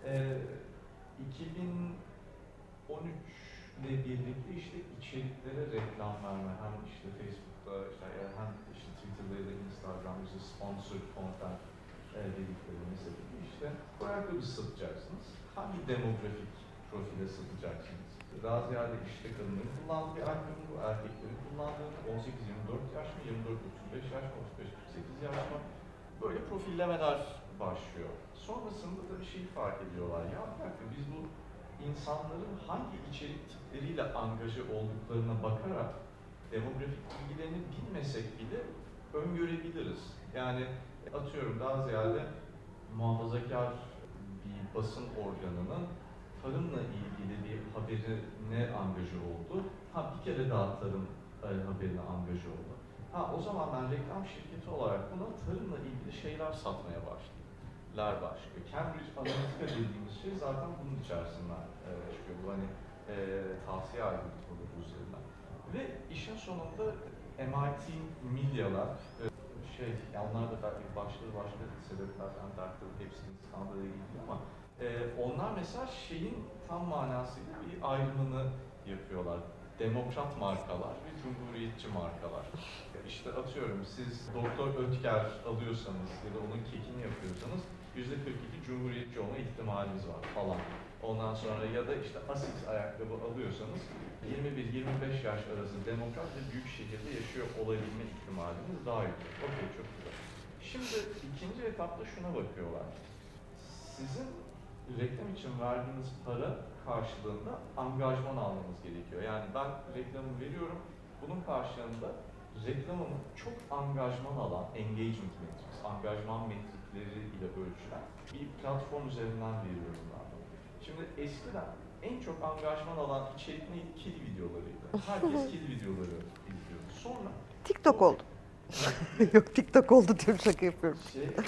S2: 2013 ile birlikte işte içeriklere reklam verme, hem işte Facebook'ta hem işte Twitter'da ya da Instagram'da işte sponsored content dedikleri mesela işte bu ayakkabı satacaksınız. Hangi demografik profile satacaksınız? Daha ziyade işte kadınların kullandığı bir ayakkabı, bu erkeklerin kullandığı 18-24 yaş mı, 24-35 yaş mı, 35-48 yaş mı? Böyle profillemeler başlıyor. Sonrasında da bir şey fark ediyorlar. Ya bir dakika, biz bu insanların hangi içerik tipleriyle angaje olduklarına bakarak demografik bilgilerini bilmesek bile öngörebiliriz. Yani atıyorum daha ziyade muhafazakar bir basın organının tarımla ilgili bir haberine angaje oldu. Bir kere daha tarım haberine angaje oldu. O zaman ben reklam şirketi olarak buna tarımla ilgili şeyler satmaya başladım. Başlıyor. Cambridge Analytica dediğimiz şey zaten bunun içerisinden çıkıyor. Bu tavsiye algoritmaları üzerinden. Ve işin sonunda MIT Media'lar onlar da belki başka sebeplerden dertleri hepsinin skandala gidiyor ama onlar mesela şeyin tam manasıyla bir ayrımını yapıyorlar. Demokrat markalar ve cumhuriyetçi markalar. İşte atıyorum siz Doktor Ötker alıyorsanız ya da onun kekini yapıyorsanız %42 cumhuriyetçi olma ihtimaliniz var falan. Ondan sonra ya da işte Asics ayakkabı alıyorsanız 21-25 yaş arası demokrat ve büyük şehirde yaşıyor olabilme ihtimaliniz daha yüksek. Okey, çok güzel. Şimdi ikinci etapta şuna bakıyorlar. Sizin reklam için verdiğiniz para karşılığında angajman almanız gerekiyor. Yani ben reklamı veriyorum, bunun karşılığında reklamımı çok angajman alan, engagement metrics, angajman metrikleri ile ölçülen bir platform üzerinden veriyorum ben. Şimdi eskiden en çok angajman alan içerik neydi? Kedi videolarıydı. Herkes kedi videoları izliyordu. Sonra
S3: TikTok oldu. Yok TikTok oldu diyorum, şaka yapıyorum.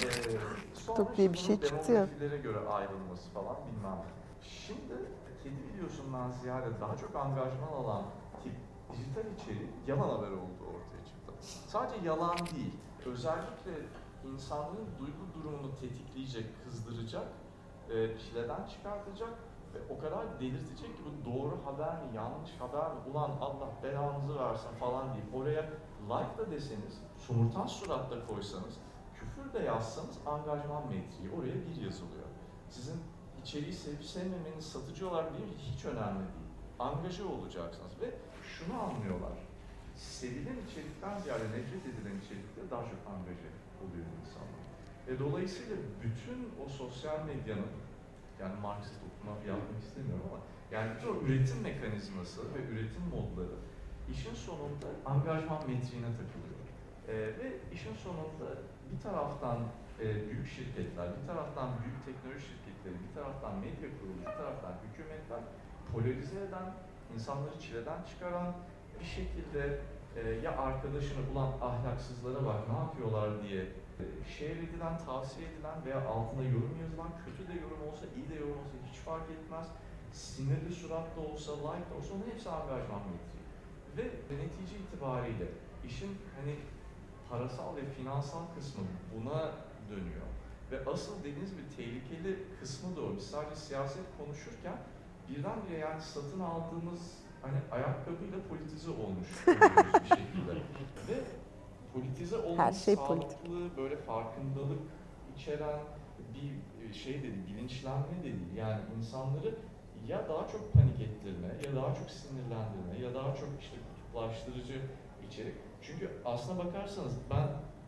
S2: Sonra
S3: TikTok diye bir şey çıktı ya.
S2: demografilere göre ayrılması falan bilmem. Şimdi kedi videosundan ziyade daha çok angajman alan tip dijital içerik yalan haber olduğu ortaya çıktı. Sadece yalan değil, özellikle insanların duygu durumunu tetikleyecek, kızdıracak, çileden çıkartacak ve o kadar delirtecek ki bu doğru haber mi, yanlış haber mi, ulan Allah belanızı versin falan deyip oraya like da deseniz, somurtan suratla koysanız, küfür de yazsanız angajman metriği oraya bir yazılıyor. Sizin içeriği sevip sevmemeniz satıcı olarak değil, hiç önemli değil. Angaja olacaksınız ve şunu anlıyorlar. Sevilen içerikten ziyade nefret edilen içerikte daha çok angaja oluyor insanlar. Dolayısıyla bütün o sosyal medyanın, yani Marksist okuma yapmak istemiyorum ama yani bütün o üretim mekanizması ve üretim modları işin sonunda angajman metriğine takılıyor. Ve işin sonunda bir taraftan büyük şirketler, bir taraftan büyük teknoloji şirketleri, bir taraftan medya kurulu, bir taraftan hükümetler polarize eden, insanları çileden çıkaran bir şekilde ya arkadaşını ulan ahlaksızlara bak ne yapıyorlar diye share edilen, tavsiye edilen veya altına yorum yazılan, kötü de yorum olsa, iyi de yorum olsa hiç fark etmez. Sinirli suratlı olsa, like da olsa onun hepsi angajman metriği. Ve netice itibariyle işin hani parasal ve finansal kısmı buna dönüyor. Ve asıl dediğiniz gibi tehlikeli kısmı da o. Biz sadece siyaset konuşurken birdenbire yani satın aldığımız hani ayakkabıyla politize olmuş bir şekilde. Ve politize olmuş sağlıklı, böyle farkındalık içeren bir şey de değil, bilinçlenme de değil. Yani insanları ya daha çok panik ettirme, ya daha çok sinirlendirme, ya daha çok işte kutuplaştırıcı içerik. Çünkü aslına bakarsanız ben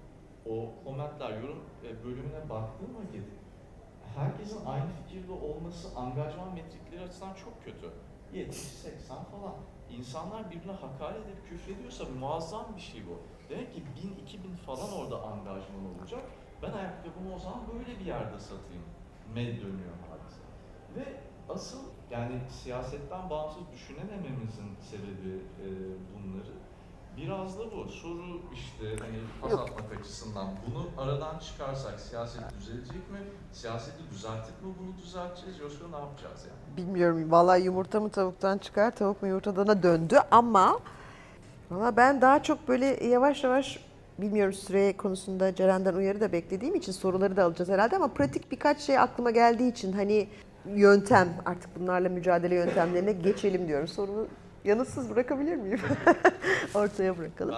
S2: o komentler, yorum bölümüne baktığım vakit herkesin aynı fikirde olması angajman metrikleri açısından çok kötü. 70-80 falan. İnsanlar birbirine hakaret edip küfrediyorsa muazzam bir şey bu. Demek ki 1000-2000 falan orada angajman olacak. Ben ayakkabımı o zaman böyle bir yerde satayım. Dönüyor hadise. Ve asıl yani siyasetten bağımsız düşünemememizin sebebi bunları. Biraz da bu. Soru işte hani pas atmak açısından bunu aradan çıkarsak siyaset düzelecek mi? Siyaseti düzeltip mi bunu düzelteceğiz yoksa ne yapacağız yani?
S3: Bilmiyorum. Vallahi yumurta mı tavuktan çıkar, tavuk mu yumurtadan döndü ama valla ben daha çok böyle yavaş yavaş bilmiyorum süre konusunda Ceren'den uyarı da beklediğim için soruları da alacağız herhalde ama pratik birkaç şey aklıma geldiği için hani yöntem artık bunlarla mücadele yöntemlerine geçelim diyorum. Sorumu yanıtsız bırakabilir miyim? Ortaya bırakalım.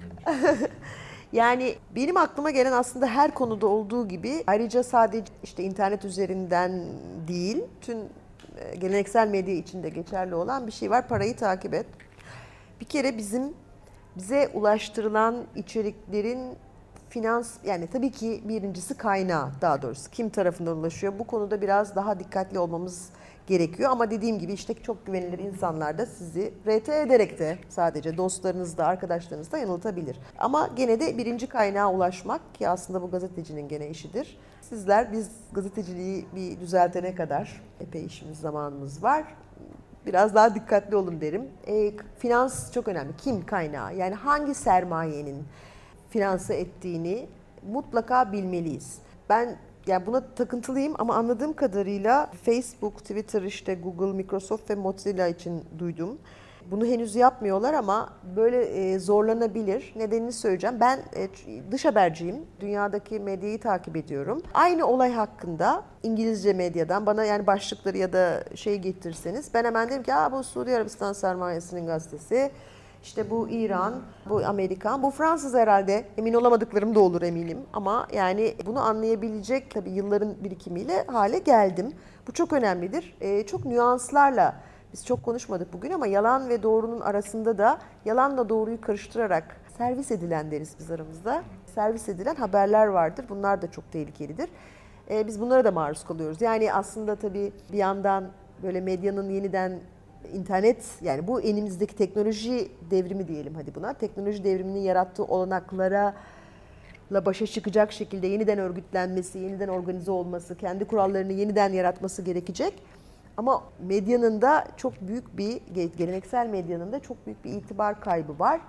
S3: Yani benim aklıma gelen aslında her konuda olduğu gibi ayrıca sadece işte internet üzerinden değil, tüm geleneksel medya içinde geçerli olan bir şey var. Parayı takip et. Bir kere bize ulaştırılan içeriklerin finans, yani tabii ki birincisi kaynağı, daha doğrusu kim tarafından ulaşıyor. Bu konuda biraz daha dikkatli olmamız gerekiyor. Ama dediğim gibi işte çok güvenilir insanlar da sizi RT ederek de sadece dostlarınız da arkadaşlarınız da yanıltabilir. Ama gene de birinci kaynağa ulaşmak ki aslında bu gazetecinin gene işidir. Biz gazeteciliği bir düzeltene kadar epey işimiz, zamanımız var. Biraz daha dikkatli olun derim. Finans çok önemli. Kim kaynağı? Yani hangi sermayenin finanse ettiğini mutlaka bilmeliyiz. Ben yani buna takıntılıyım ama anladığım kadarıyla Facebook, Twitter, işte Google, Microsoft ve Mozilla için duydum. Bunu henüz yapmıyorlar ama böyle zorlanabilir. Nedenini söyleyeceğim. Ben dış haberciyim. Dünyadaki medyayı takip ediyorum. Aynı olay hakkında İngilizce medyadan bana yani başlıkları ya da şey getirseniz ben hemen derim ki bu Suudi Arabistan sermayesinin gazetesi. İşte bu İran, bu Amerikan, bu Fransız herhalde. Emin olamadıklarım da olur eminim. Ama yani bunu anlayabilecek tabii yılların birikimiyle hale geldim. Bu çok önemlidir. Çok nüanslarla, biz çok konuşmadık bugün ama yalan ve doğrunun arasında da yalanla doğruyu karıştırarak servis edilen deriz biz aramızda. Servis edilen haberler vardır. Bunlar da çok tehlikelidir. Biz bunlara da maruz kalıyoruz. Yani aslında tabii bir yandan böyle medyanın yeniden İnternet, yani bu elimizdeki teknoloji devrimi diyelim hadi buna. Teknoloji devriminin yarattığı olanaklara başa çıkacak şekilde yeniden örgütlenmesi, yeniden organize olması, kendi kurallarını yeniden yaratması gerekecek. Ama medyanın da çok büyük bir, geleneksel medyanın da çok büyük bir itibar kaybı var.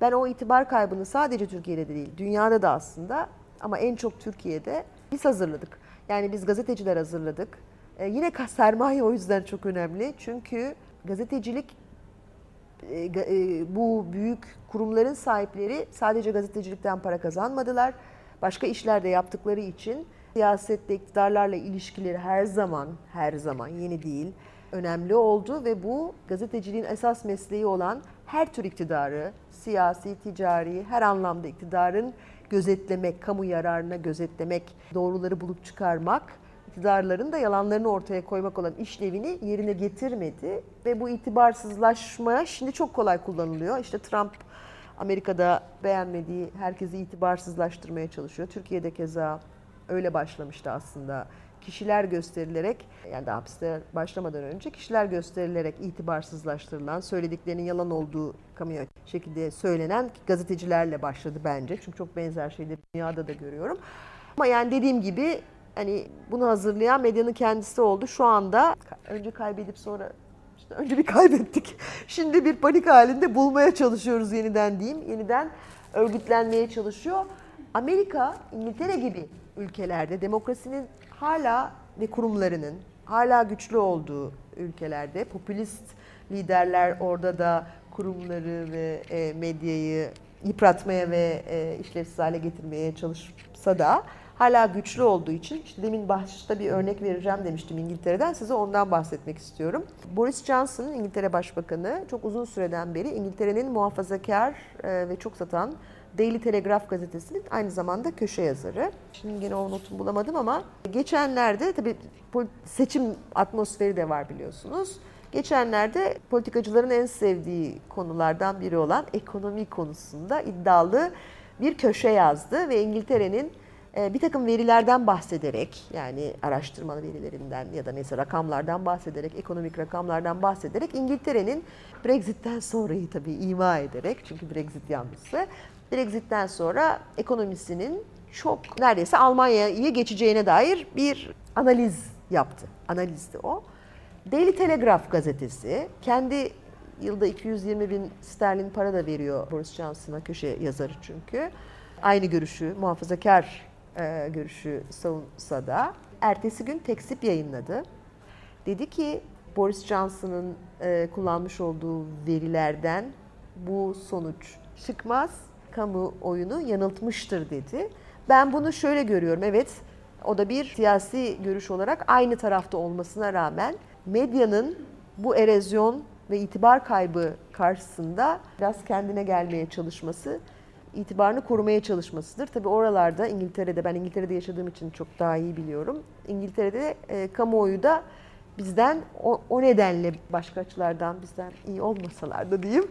S3: Ben o itibar kaybını sadece Türkiye'de değil, dünyada da aslında ama en çok Türkiye'de biz hazırladık. Yani biz gazeteciler hazırladık. Yine sermaye o yüzden çok önemli. Çünkü gazetecilik, bu büyük kurumların sahipleri sadece gazetecilikten para kazanmadılar. Başka işler de yaptıkları için siyasette iktidarlarla ilişkileri her zaman yeni değil, önemli oldu ve bu gazeteciliğin esas mesleği olan her tür iktidarı, siyasi, ticari, her anlamda iktidarın gözetlemek, kamu yararına gözetlemek, doğruları bulup çıkarmak, iktidarların da yalanlarını ortaya koymak olan işlevini yerine getirmedi ve bu itibarsızlaşma şimdi çok kolay kullanılıyor. İşte Trump Amerika'da beğenmediği herkesi itibarsızlaştırmaya çalışıyor. Türkiye'de keza öyle başlamıştı aslında. Kişiler gösterilerek, yani daha hapiste başlamadan önce kişiler gösterilerek itibarsızlaştırılan, söylediklerinin yalan olduğu kamuya şekilde söylenen gazetecilerle başladı bence. Çünkü çok benzer şeyleri dünyada da görüyorum. Ama yani dediğim gibi hani bunu hazırlayan medyanın kendisi oldu. Şu anda önce kaybedip sonra önce bir kaybettik. Şimdi bir panik halinde bulmaya çalışıyoruz yeniden diyeyim. Yeniden örgütlenmeye çalışıyor. Amerika, İngiltere gibi ülkelerde demokrasinin hala ve kurumlarının hala güçlü olduğu ülkelerde popülist liderler orada da kurumları ve medyayı yıpratmaya ve işlevsiz hale getirmeye çalışsa da hala güçlü olduğu için, işte demin başta bir örnek vereceğim demiştim İngiltere'den, size ondan bahsetmek istiyorum. Boris Johnson, İngiltere Başbakanı, çok uzun süreden beri İngiltere'nin muhafazakar ve çok satan Daily Telegraph gazetesinin aynı zamanda köşe yazarı. Şimdi gene o notumu bulamadım ama geçenlerde tabii seçim atmosferi de var biliyorsunuz. Geçenlerde politikacıların en sevdiği konulardan biri olan ekonomi konusunda iddialı bir köşe yazdı ve İngiltere'nin bir takım verilerden bahsederek, yani araştırmalı verilerinden ya da neyse rakamlardan bahsederek, ekonomik rakamlardan bahsederek İngiltere'nin Brexit'ten sonrayı tabii ima ederek, çünkü Brexit yanlısı, Brexit'ten sonra ekonomisinin çok neredeyse Almanya'ya geçeceğine dair bir analiz yaptı. Analizdi o. Daily Telegraph gazetesi kendi yılda 220 bin sterlin para da veriyor Boris Johnson'a, köşe yazarı çünkü. Aynı görüşü, muhafazakar görüşü savunsa da ertesi gün tekzip yayınladı. Dedi ki Boris Johnson'ın kullanmış olduğu verilerden bu sonuç çıkmaz, kamuoyunu yanıltmıştır dedi. Ben bunu şöyle görüyorum, evet o da bir siyasi görüş olarak aynı tarafta olmasına rağmen medyanın bu erozyon ve itibar kaybı karşısında biraz kendine gelmeye çalışması, itibarını korumaya çalışmasıdır. Tabii oralarda İngiltere'de, ben İngiltere'de yaşadığım için çok daha iyi biliyorum. İngiltere'de kamuoyu da bizden o nedenle başka açılardan bizden iyi olmasalar da diyeyim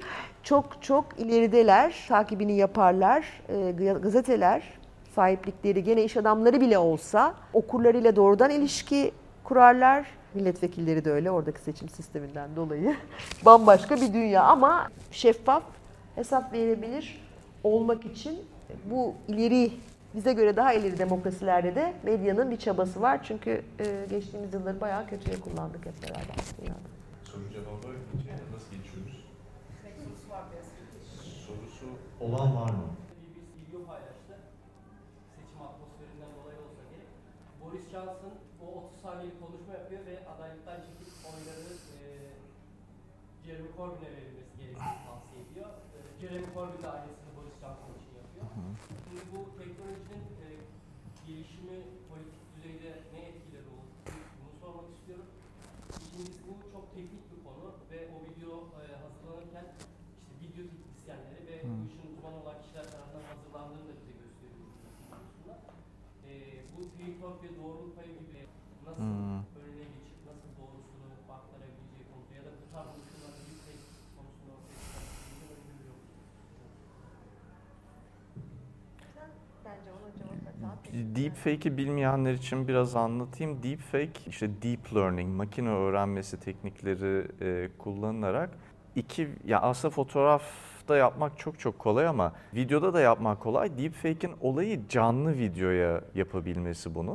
S3: çok ilerideler, takibini yaparlar. Gazeteler sahiplikleri gene iş adamları bile olsa okurlarıyla doğrudan ilişki kurarlar. Milletvekilleri de öyle, oradaki seçim sisteminden dolayı bambaşka bir dünya ama şeffaf, hesap verebilir olmak için bu bize göre daha ileri demokrasilerde de medyanın bir çabası var. Çünkü geçtiğimiz yılları bayağı kötüye kullandık hep beraber dünyada.
S2: Soru cevabı nasıl geçiyoruz? Sorusu var mı? Sorusu olan var mı?
S4: Bir video paylaştı. Seçim atmosferinden dolayı olsa gerek. Boris Johnson o 30 saniyelik konuşma yapıyor ve adaylıktan çekip oyları Jeremy Corbyn'e verilmesi gerektiğini tavsiye ediyor. Jeremy Corbyn de aynısını Boris Johnson için yapıyor. Şimdi bu teknolojinin gelişimi politik düzeyde ne etkileri olur? Bunu sormak istiyorum. İkincisi, bu çok teknik bir konu ve o video hazırlanırken işte video teknisyenleri ve bu işin uzmanı olan kişiler tarafından hazırlandığını da bize gösteriyor. Bu teyit ve doğruluk payı gibi nasıl önüne geçip nasıl doğrusunu aktarabileceği konusunda ya da bu tarz oluşumları yüksek konusunda ortaya çıkartabileceği önemli yok.
S2: Deepfake'i bilmeyenler için biraz anlatayım. Deepfake, işte deep learning, makine öğrenmesi teknikleri kullanılarak aslında fotoğraf
S5: fotoğrafta yapmak çok kolay ama videoda da yapmak kolay. Deepfake'in olayı canlı videoya yapabilmesi bunu.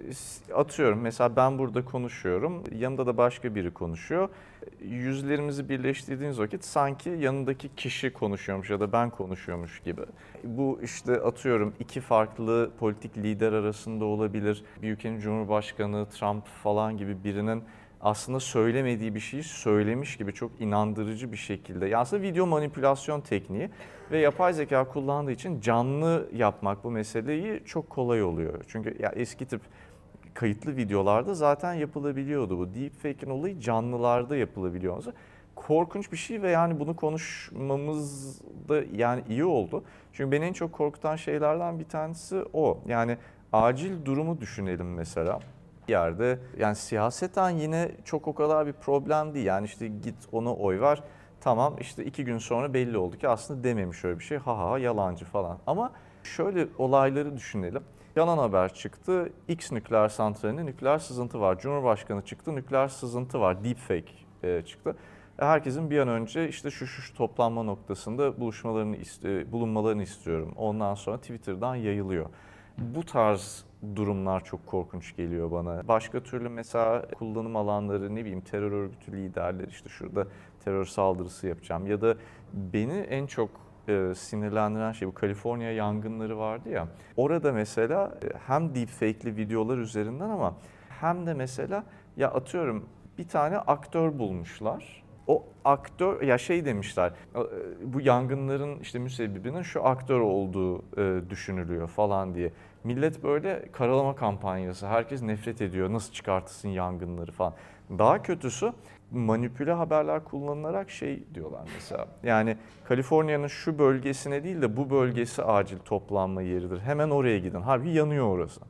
S5: Atıyorum mesela ben burada konuşuyorum, yanında da başka biri konuşuyor. Yüzlerimizi birleştirdiğiniz vakit sanki yanındaki kişi konuşuyormuş ya da ben konuşuyormuş gibi. Bu işte atıyorum iki farklı politik lider arasında olabilir. Bir ülkenin Cumhurbaşkanı, Trump falan gibi birinin aslında söylemediği bir şeyi söylemiş gibi çok inandırıcı bir şekilde. Yani aslında video manipülasyon tekniği ve yapay zeka kullandığı için canlı yapmak bu meseleyi çok kolay oluyor. Çünkü ya eski tip kayıtlı videolarda zaten yapılabiliyordu bu. Deepfake'in olayı canlılarda yapılabiliyor. Korkunç bir şey ve yani bunu konuşmamız da yani iyi oldu. Çünkü beni en çok korkutan şeylerden bir tanesi o. Yani acil durumu düşünelim mesela. Yerde yani siyaseten yine çok o kadar bir problem değil. Yani işte git ona oy ver. Tamam işte 2 gün sonra belli oldu ki aslında dememiş öyle bir şey. Ha yalancı falan. Ama şöyle olayları düşünelim. Yalan haber çıktı. X nükleer santralinde nükleer sızıntı var. Cumhurbaşkanı çıktı. Nükleer sızıntı var. Deepfake çıktı. Herkesin bir an önce işte şu toplanma noktasında bulunmalarını istiyorum. Ondan sonra Twitter'dan yayılıyor. Bu tarz durumlar çok korkunç geliyor bana. Başka türlü mesela kullanım alanları ne bileyim terör örgütü liderleri işte şurada terör saldırısı yapacağım ya da beni en çok sinirlendiren şey bu Kaliforniya yangınları vardı ya. Orada mesela hem deepfake'li videolar üzerinden ama hem de mesela ya atıyorum bir tane aktör bulmuşlar. O aktör ya şey demişler bu yangınların işte müsebbibinin şu aktör olduğu düşünülüyor falan diye. Millet böyle karalama kampanyası, herkes nefret ediyor nasıl çıkartırsın yangınları falan. Daha kötüsü manipüle haberler kullanılarak şey diyorlar mesela. Yani Kaliforniya'nın şu bölgesine değil de bu bölgesi acil toplanma yeridir. Hemen oraya gidin. Halbuki yanıyor orası.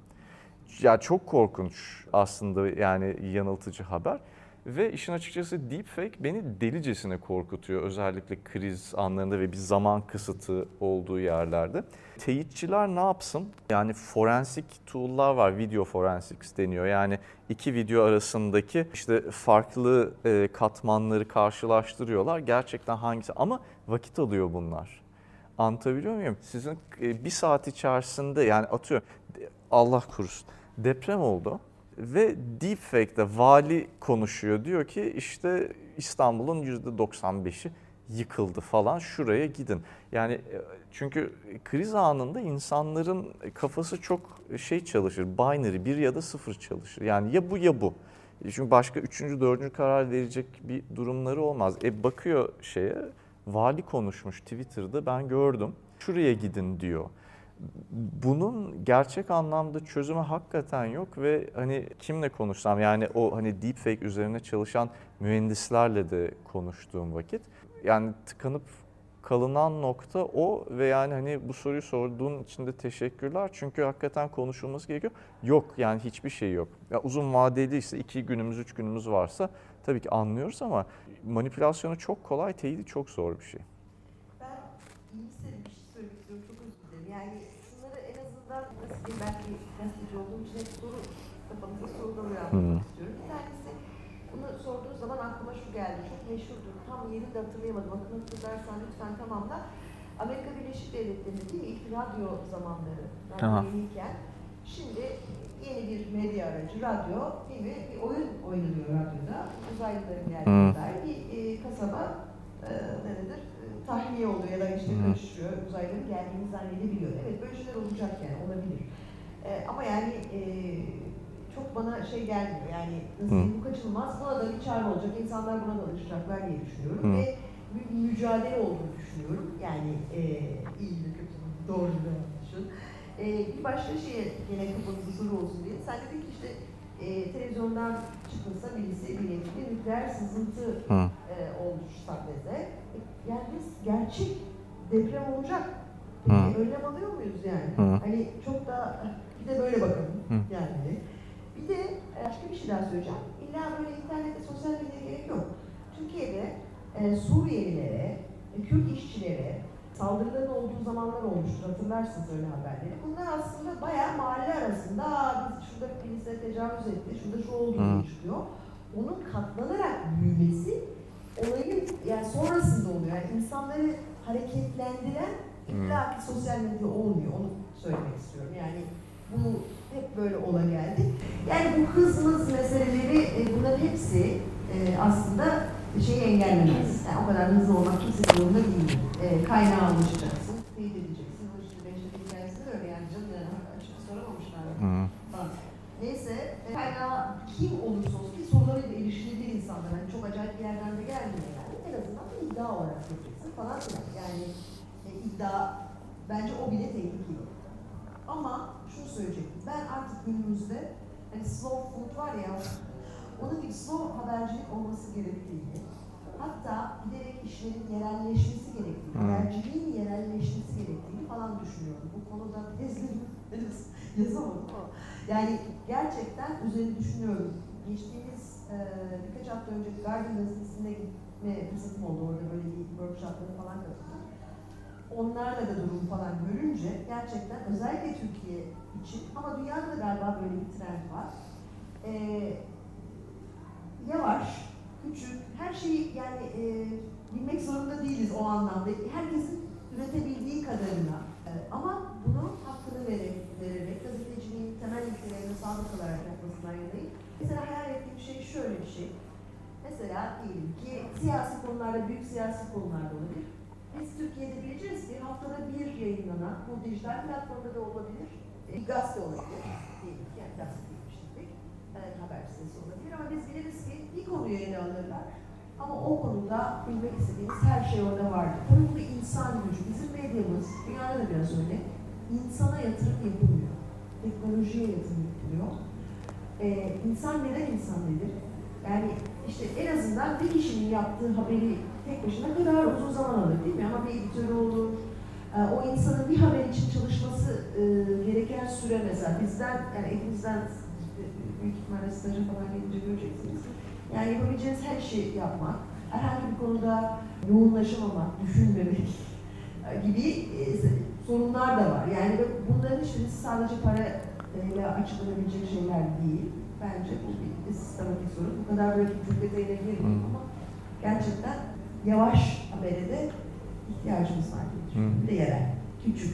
S5: Ya çok korkunç aslında yani yanıltıcı haber. Ve işin açıkçası deepfake beni delicesine korkutuyor. Özellikle kriz anlarında ve bir zaman kısıtı olduğu yerlerde. Teyitçiler ne yapsın? Yani forensik tool'lar var. Video forensics deniyor. Yani iki video arasındaki işte farklı katmanları karşılaştırıyorlar. Gerçekten hangisi? Ama vakit alıyor bunlar. Anlatabiliyor muyum? Sizin bir saat içerisinde yani atıyorum Allah korusun deprem oldu. Ve deepfake'de vali konuşuyor. Diyor ki işte İstanbul'un %95'i yıkıldı falan şuraya gidin. Yani çünkü kriz anında insanların kafası çok şey çalışır. Binary 1 ya da 0 çalışır. Yani ya bu ya bu. Çünkü başka 3. 4. karar verecek bir durumları olmaz. Bakıyor şeye vali konuşmuş Twitter'da ben gördüm. Şuraya gidin diyor. Bunun gerçek anlamda çözümü hakikaten yok ve hani kimle konuşsam yani o hani deepfake üzerine çalışan mühendislerle de konuştuğum vakit yani tıkanıp kalınan nokta o ve yani hani bu soruyu sorduğun için de teşekkürler çünkü hakikaten konuşulması gerekiyor. Yok yani hiçbir şey yok. Ya uzun vadeli ise 2 günümüz 3 günümüz varsa tabii ki anlıyoruz ama manipülasyonu çok kolay, teyidi çok zor bir şey.
S3: Yani şunları en azından nasıl diyeyim belki gazeteci olduğum için hep kafamızda sorular uyandırmak istiyorum. Bir tanesi bunu sorduğu zaman aklıma şu geldi. Çok meşhurdur. Tam yerini de hatırlayamadım. Aklıma hatırlarsan lütfen tamamla. Amerika Birleşik Devletleri'nde değil ilk radyo zamanları. Radyo yeniyken. Şimdi yeni bir medya aracı radyo değil mi? Bir oyun oynanıyor radyoda. Uzaylıların geldiğine dair bir kasaba nedir? Tahliye oluyor ya da işte karışıyor, uzaylıların geldiğini zannedebiliyor. Evet böyle şeyler olacak yani olabilir. Ama yani çok bana şey gelmiyor yani nasıl bu kaçınılmaz, buna da bir çare olacak, insanlar buna da alışacaklar diye düşünüyorum ve bir mücadele olduğunu düşünüyorum. Yani iyi de kötü, doğru da yanlışın. Bir başka şeye gene kafanızda soru olsun diye, sen dedin ki işte televizyondan çıkılsa birisi bir yetkili nükleer sızıntı olmuş sahnede. Yani biz gerçek deprem olacak. Önlem alıyor muyuz yani? Hani çok da bir de böyle bakalım yani. Bir de başka bir şey daha söyleyeceğim. İlla böyle internette, sosyal medyaya gerek yok. Türkiye'de Suriyelilere, Kürt işçilere saldırıların olduğu zamanlar olmuştur. Hatırlarsınız öyle haberleri. Bunlar aslında bayağı mahalle arasında biz şurada birisine tecavüz etti, şurada şu oldu diye çıkıyor. Onun katlanarak büyümesi olayın yani sonrasında oluyor. Yani insanları hareketlendiren illaki sosyal medya olmuyor. Onu söylemek istiyorum. Yani bu hep böyle ola geldi. Yani bu hız meseleleri bunların hepsi aslında şeyi engellemez. Yani o kadar hızlı olmak kimse zorunda değil. Kaynağı alışacaksın, teyit edeceksin. O işte Beşiktaş hikayesinde de öyle yani canım açık soramamışlar. Neyse, kaynağı kim olursa olsun ki sorularıyla ilişkili değil insanlar. Yani çok acayip bir yerden de gelmiyor yani. En azından bir iddia olarak yapacaksın falan filan. Yani iddia, bence o bile tehlikeli. Ama şunu söyleyecektim, ben artık günümüzde hani slow food var ya, onun gibi slow habercilik olması gerektiğini, hatta giderek işlerin yerelleşmesi gerektiğini, haberciliğin yerelleşmesi gerektiğini falan düşünüyorum. Bu konuda tezlerimi yazamadım ama yani gerçekten üzerine düşünüyorum. Geçtiğimiz birkaç hafta önce Guardian gazetesine gitme fırsatım oldu, orada böyle bir workshoplara falan katıldım. Onlarla da durum falan görünce gerçekten özellikle Türkiye için ama dünyada da galiba böyle bir trend var. Yavaş, küçük, her şeyi yani bilmek zorunda değiliz o anlamda. Herkesin üretebildiği kadarına ama bunu hakkını vererek gazeteciliğin temel ilkelerine sadık kalarak yapmasından yanayım. Mesela hayal ettiğim şey şöyle bir şey. Mesela diyelim ki siyasi konularda, büyük siyasi konularda olabilir. Biz Türkiye'de bileceğiz ki haftada bir yayınlanan, bu dijital platformda da olabilir, bir gazete olabilir, diyelim ki yani gazete demiştik, haber sitesi olabilir ama biz biliriz ki bir konuyu ele alırlar ama o konuda bilmek istediğimiz her şey orada vardır. Tabii bu insan gücü, bizim medyamız, dünyada da biraz öyle, insana yatırım yapılmıyor, teknolojiye yatırım yapılıyor. İnsan neden insan nedir? Yani işte en azından bir kişinin yaptığı haberi tek başına kadar uzun zaman alır değil mi? Ama bir editörü olur, o insanın bir haber için çalışması gereken süre mesela bizden, yani elimizden büyük ihtimalle staja falan gelince göreceksiniz. Yani yapabileceğiniz her şeyi yapmak, herhangi bir konuda yoğunlaşamamak, düşünmemek gibi sorunlar da var. Yani bunların hiçbirisi sadece parayla açıklanabilecek şeyler değil. Bence bu bir sistematik sorun. Bu kadar böyle bir detayına girmeyeyim ama gerçekten yavaş habere de ihtiyacımız var. Bir de yerel, küçük.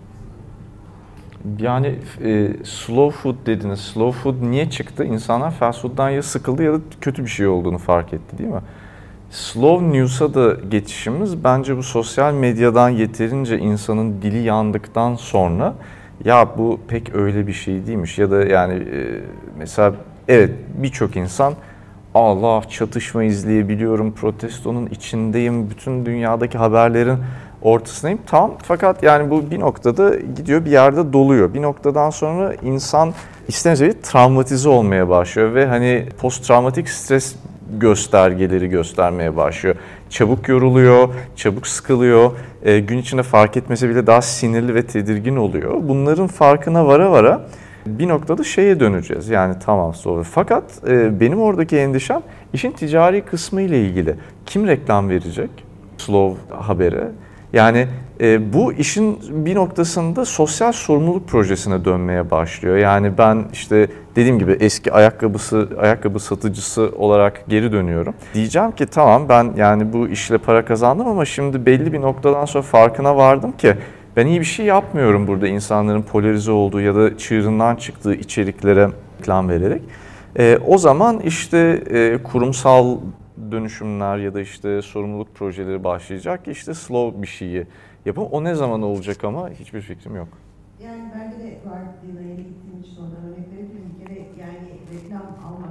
S5: Yani slow food dediniz. Slow food niye çıktı? İnsanlar fast food'dan ya sıkıldı ya da kötü bir şey olduğunu fark etti değil mi? Slow news'a da geçişimiz bence bu sosyal medyadan yeterince insanın dili yandıktan sonra ya bu pek öyle bir şey değilmiş ya da yani mesela evet birçok insan Allah çatışma izleyebiliyorum, protestonun içindeyim, bütün dünyadaki haberlerin ortasındayım. Tamam fakat yani bu bir noktada gidiyor bir yerde doluyor. Bir noktadan sonra insan istemsizce travmatize olmaya başlıyor ve hani post travmatik stres göstergeleri göstermeye başlıyor. Çabuk yoruluyor, çabuk sıkılıyor, gün içinde fark etmese bile daha sinirli ve tedirgin oluyor. Bunların farkına vara vara bir noktada şeye döneceğiz yani tamam sonra. Fakat benim oradaki endişem işin ticari kısmı ile ilgili. Kim reklam verecek slow habere? Yani bu işin bir noktasında sosyal sorumluluk projesine dönmeye başlıyor. Yani ben işte dediğim gibi eski ayakkabı satıcısı olarak geri dönüyorum. Diyeceğim ki tamam ben yani bu işle para kazandım ama şimdi belli bir noktadan sonra farkına vardım ki ben iyi bir şey yapmıyorum burada insanların polarize olduğu ya da çığırından çıktığı içeriklere reklam vererek. O zaman işte kurumsal dönüşümler ya da işte sorumluluk projeleri başlayacak ki işte slow bir şeyi yapın. O ne zaman olacak ama hiçbir fikrim yok.
S3: Yani bende de var yeni gittiğim için oradan örnek verebilirim. Bir kere yani reklamı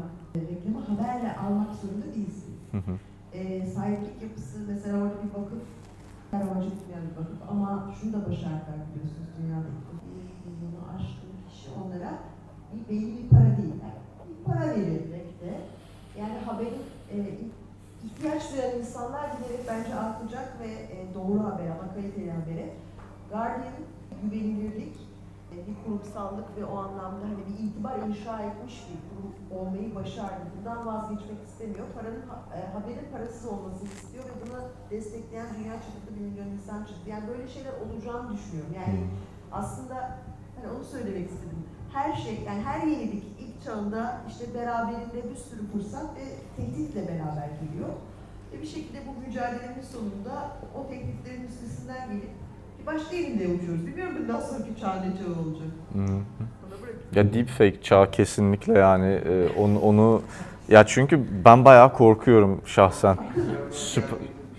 S3: haberle almak zorunda değilsin. Sahiplik yapısı mesela orada bir vakıf, Karavacılık yani bir vakıf ama şunu da başardılar biliyorsunuz dünyadaki 1 milyonu aşkın kişi onlara belli bir para değil. Yani bir para verilerek de yani haberin ihtiyaç duyan insanlar giderek bence artacak ve doğru haber ama kaliteli habere. Guardian güvenilirlik, bir kurumsallık ve o anlamda hani bir itibar inşa etmiş bir kurum olmayı başardı. Bundan vazgeçmek istemiyor. Haberin parasız olmasını istiyor ve buna destekleyen dünya çapında 1 milyon insan çıktı. Yani böyle şeyler olacağını düşünüyorum. Yani aslında hani onu söylemek istedim. Her şey, yani her yenilik ilk çağında işte beraberinde bir sürü fırsat ve tehditle beraber geliyor. Bir şekilde bu mücadelenin sonunda o tekliflerin üstesinden gelip başka yerinde uçuyoruz. Bilmiyorum bundan sonraki çağ ne çağ olacak.
S5: Ya deepfake çağ kesinlikle yani onu ya çünkü ben bayağı korkuyorum şahsen. Süper.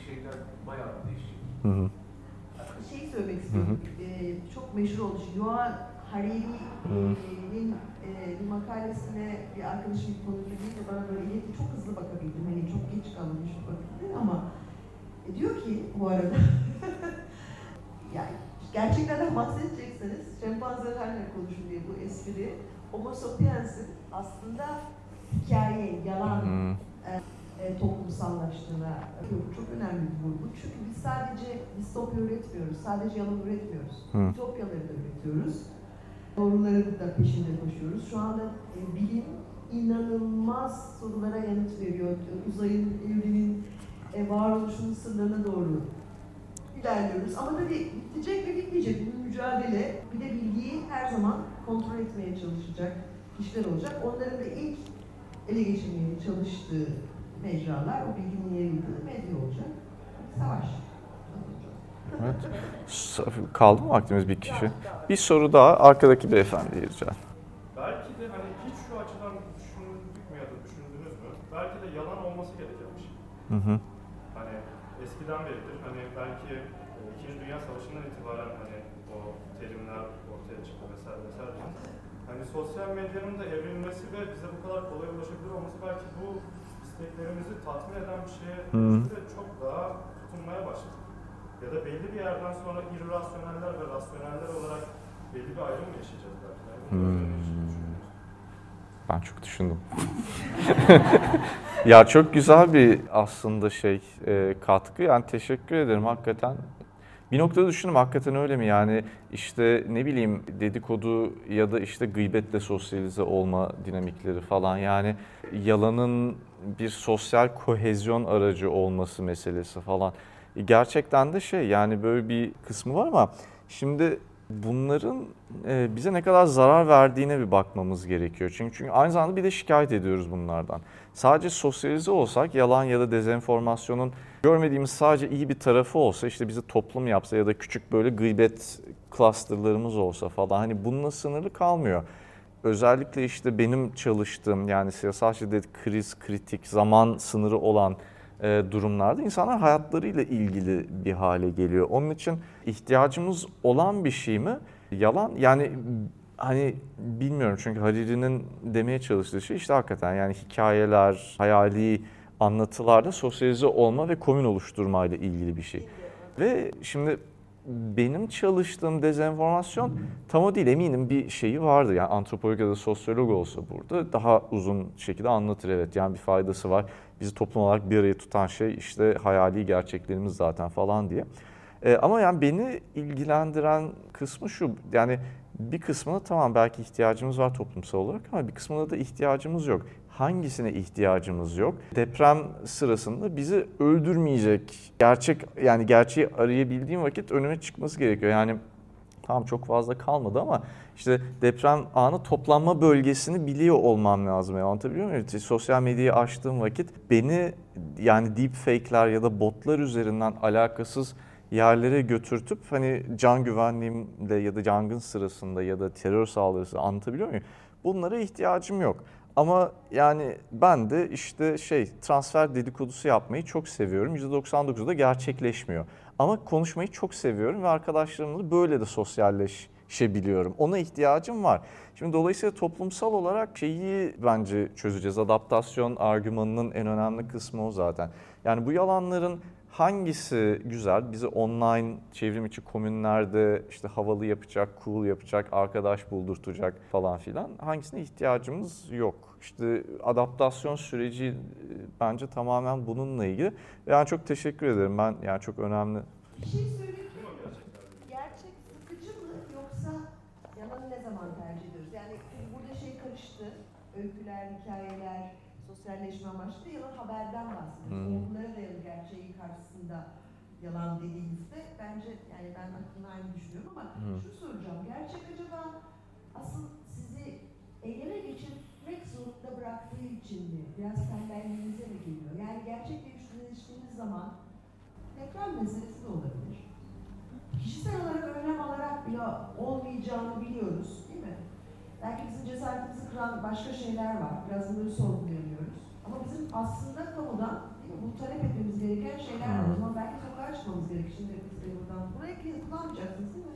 S3: Şeyi söylemek istiyorum. Çok meşhur oldu. Yuval Harari'nin bir makalesine bir arkadaşım konuyla ilgili bana böyle iletti. Çok hızlı bakabildim. Hani çok geç kalmış bakabildim ama diyor ki bu arada yani gerçeklerden bahsedecekseniz şempanzelerle konuşun diye bu espri Homo sapiens'in aslında hikaye, yalan toplumsallaştığına çok önemli bir vurgu. Çünkü biz sadece distopya üretmiyoruz, sadece yalan üretmiyoruz. Ütopyaları da üretiyoruz. Doğruları da peşinde koşuyoruz. Şu anda bilim inanılmaz sorulara yanıt veriyor. Uzayın, evrenin varoluşunun sırlarına doğru ilerliyoruz. Ama tabii bitecek ve bitmeyecek bu mücadele. Bir de bilgiyi her zaman kontrol etmeye çalışacak kişiler olacak. Onların da ilk ele geçirmeye çalıştığı mecralar, o bilginin yayıldığı medya olacak. Savaş.
S5: Evet. Kaldı mı vaktimiz bir kişi? Bir soru daha arkadaki beyefendiye rica.
S6: Belki de hani hiç şu açıdan düşündük mü ya da düşündünüz mü? Belki de yalan olması gerekirmiş. Hani eskiden beridir hani belki İkinci Dünya Savaşı'ndan itibaren hani o terimler ortaya çıktı vesaire vesaire. Hani sosyal medyanın da evrilmesi ve bize bu kadar kolay ulaşabilir olması belki bu isteklerimizi tatmin eden bir şeye de çok daha tutunmaya başladık. Ya da belli bir yerden sonra irrasyoneller ve rasyoneller olarak belli bir ayrım mı yaşayacağız belki?
S5: Ben çok düşündüm. Ya çok güzel bir aslında katkı. Yani teşekkür ederim hakikaten. Bir noktada düşündüm hakikaten öyle mi? Yani işte ne bileyim dedikodu ya da işte gıybetle sosyalize olma dinamikleri falan. Yani yalanın bir sosyal kohezyon aracı olması meselesi falan. Gerçekten de yani böyle bir kısmı var ama şimdi bunların bize ne kadar zarar verdiğine bir bakmamız gerekiyor. Çünkü aynı zamanda bir de şikayet ediyoruz bunlardan. Sadece sosyalize olsak yalan ya da dezenformasyonun görmediğimiz sadece iyi bir tarafı olsa işte bizi toplum yapsa ya da küçük böyle gıybet clusterlarımız olsa falan hani bununla sınırlı kalmıyor. Özellikle işte benim çalıştığım yani siyasal şiddet, kriz, kritik, zaman sınırı olan durumlarda insanlar hayatlarıyla ilgili bir hale geliyor. Onun için ihtiyacımız olan bir şey mi? Yalan yani hani bilmiyorum çünkü Harari'nin demeye çalıştığı şey işte hakikaten yani hikayeler, hayali anlatılarda sosyalize olma ve komün oluşturma ile ilgili bir şey. Ve şimdi benim çalıştığım dezenformasyon tam o değil eminim bir şeyi vardı. Yani antropolog ya da sosyolog olsa burada daha uzun şekilde anlatır evet yani bir faydası var. Bizi toplum olarak bir araya tutan şey işte hayali gerçeklerimiz zaten falan diye. Ama yani beni ilgilendiren kısmı şu yani bir kısmına tamam belki ihtiyacımız var toplumsal olarak ama bir kısmına da ihtiyacımız yok. Hangisine ihtiyacımız yok? Deprem sırasında bizi öldürmeyecek gerçeği arayabildiğim vakit önüme çıkması gerekiyor. Yani tamam çok fazla kalmadı ama işte deprem anı toplanma bölgesini biliyor olmam lazım. Yani anlatabiliyor muyum? Sosyal medyayı açtığım vakit beni yani deepfake'ler ya da botlar üzerinden alakasız yerlere götürtüp hani can güvenliğimde ya da yangın sırasında ya da terör saldırısı anlatabiliyor muyum? Bunlara ihtiyacım yok. Ama yani ben de işte transfer dedikodusu yapmayı çok seviyorum. %99'da gerçekleşmiyor. Ama konuşmayı çok seviyorum ve arkadaşlarımla böyle de sosyalleşebiliyorum. Ona ihtiyacım var. Şimdi dolayısıyla toplumsal olarak şeyi bence çözeceğiz. Adaptasyon argümanının en önemli kısmı o zaten. Yani bu yalanların hangisi güzel? Bizi online çevrim içi komünlerde işte havalı yapacak, cool yapacak, arkadaş buldurtacak falan filan. Hangisine ihtiyacımız yok? İşte adaptasyon süreci bence tamamen bununla ilgili. Yani çok teşekkür ederim. Ben yani çok önemli.
S3: Bir şey söyleyeyim mi? Gerçek sıkıcı mı yoksa yalanı ne zaman tercih ediyoruz? Yani burada karıştı. Öyküler, hikayeler, sosyalleşme amaçlı yalan haberden bahsediyoruz. Onlara dayalı gerçeği karşısında yalan dediğimizde bence yani ben aklımda aynı düşünüyorum ama şunu soracağım. Gerçek acaba asıl sizi eyleme geçirmek zorunda bıraktığı için mi? Biraz tembelliğinize mi geliyor? Yani gerçekle yüzleştiğiniz
S7: zaman deprem meselesi de olabilir. Kişisel olarak önlem alarak bile olmayacağını biliyoruz, değil mi? Belki bizim cesaretimizi kıran başka şeyler var. Biraz bunları sorgulayamıyoruz. Ama bizim aslında kamudan bu talep etmemiz gereken şeyler var. O zaman belki sokağa çıkmamız gerekir. Şimdi buradan. Buraya kullanmayacaksınız değil mi?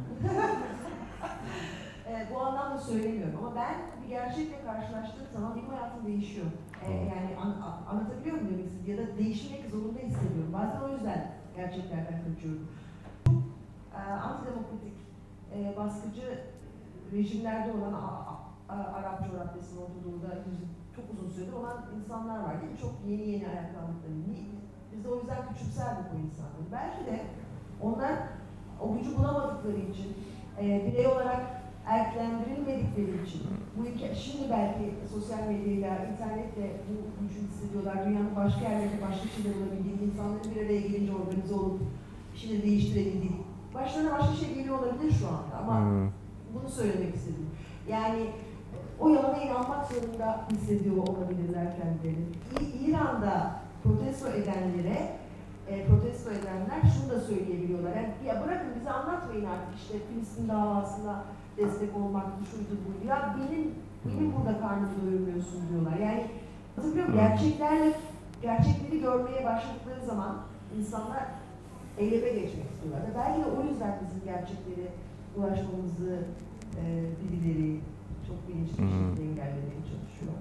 S7: Bu anlamda söylemiyorum ama ben bir gerçekle karşılaştığım zaman benim hayatım değişiyor. Yani anlatabiliyor muyum demek istediğim? Ya da değişmek zorunda hissediyorum. Bazen o yüzden gerçeklerden kaçıyorum. Çok antidemokratik, baskıcı rejimlerde olan Arap coğrafyasının oturduğunda çok uzun süredir olan insanlar var değil mi? Çok yeni ayaklandıkları. Biz de o yüzden küçümserdik o insanları. Belki de onlar o gücü bulamadıkları için, birey olarak erklendirilmedikleri için, bu şimdi belki sosyal medyayla, internetle bu gücü hissediyorlar. Dünyanın başka yerlerinde başka şeyler olabildiği, insanların bir araya gelince organize olup bir şeyleri değiştirebildiği. Başlarına başka şey geliyor olabilir şu anda ama bunu söylemek istedim. Yani o yalana inanmak zorunda hissediyor olabilirler kendilerini. İran'da protesto edenler şunu da söyleyebiliyorlar. Yani, ya bırakın bize anlatmayın artık işte Filistin davasına destek olmak, şuydu buydu. Ya benim burada karnımı doyurmuyorsun diyorlar. Yani hatırlıyor musun? Gerçekleri görmeye başladıkları zaman insanlar eyleme geçmek istiyorlar. Ve belki de o yüzden bizim gerçeklere ulaşmamızı birileri çok bilinçli bir şekilde engellemeye çalışıyor.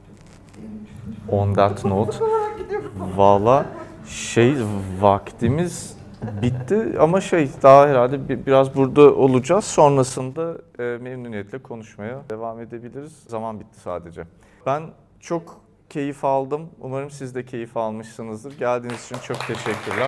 S5: On that note, valla vaktimiz bitti ama daha herhalde biraz burada olacağız. Sonrasında memnuniyetle konuşmaya devam edebiliriz. Zaman bitti sadece. Ben çok keyif aldım. Umarım siz de keyif almışsınızdır. Geldiğiniz için çok teşekkürler.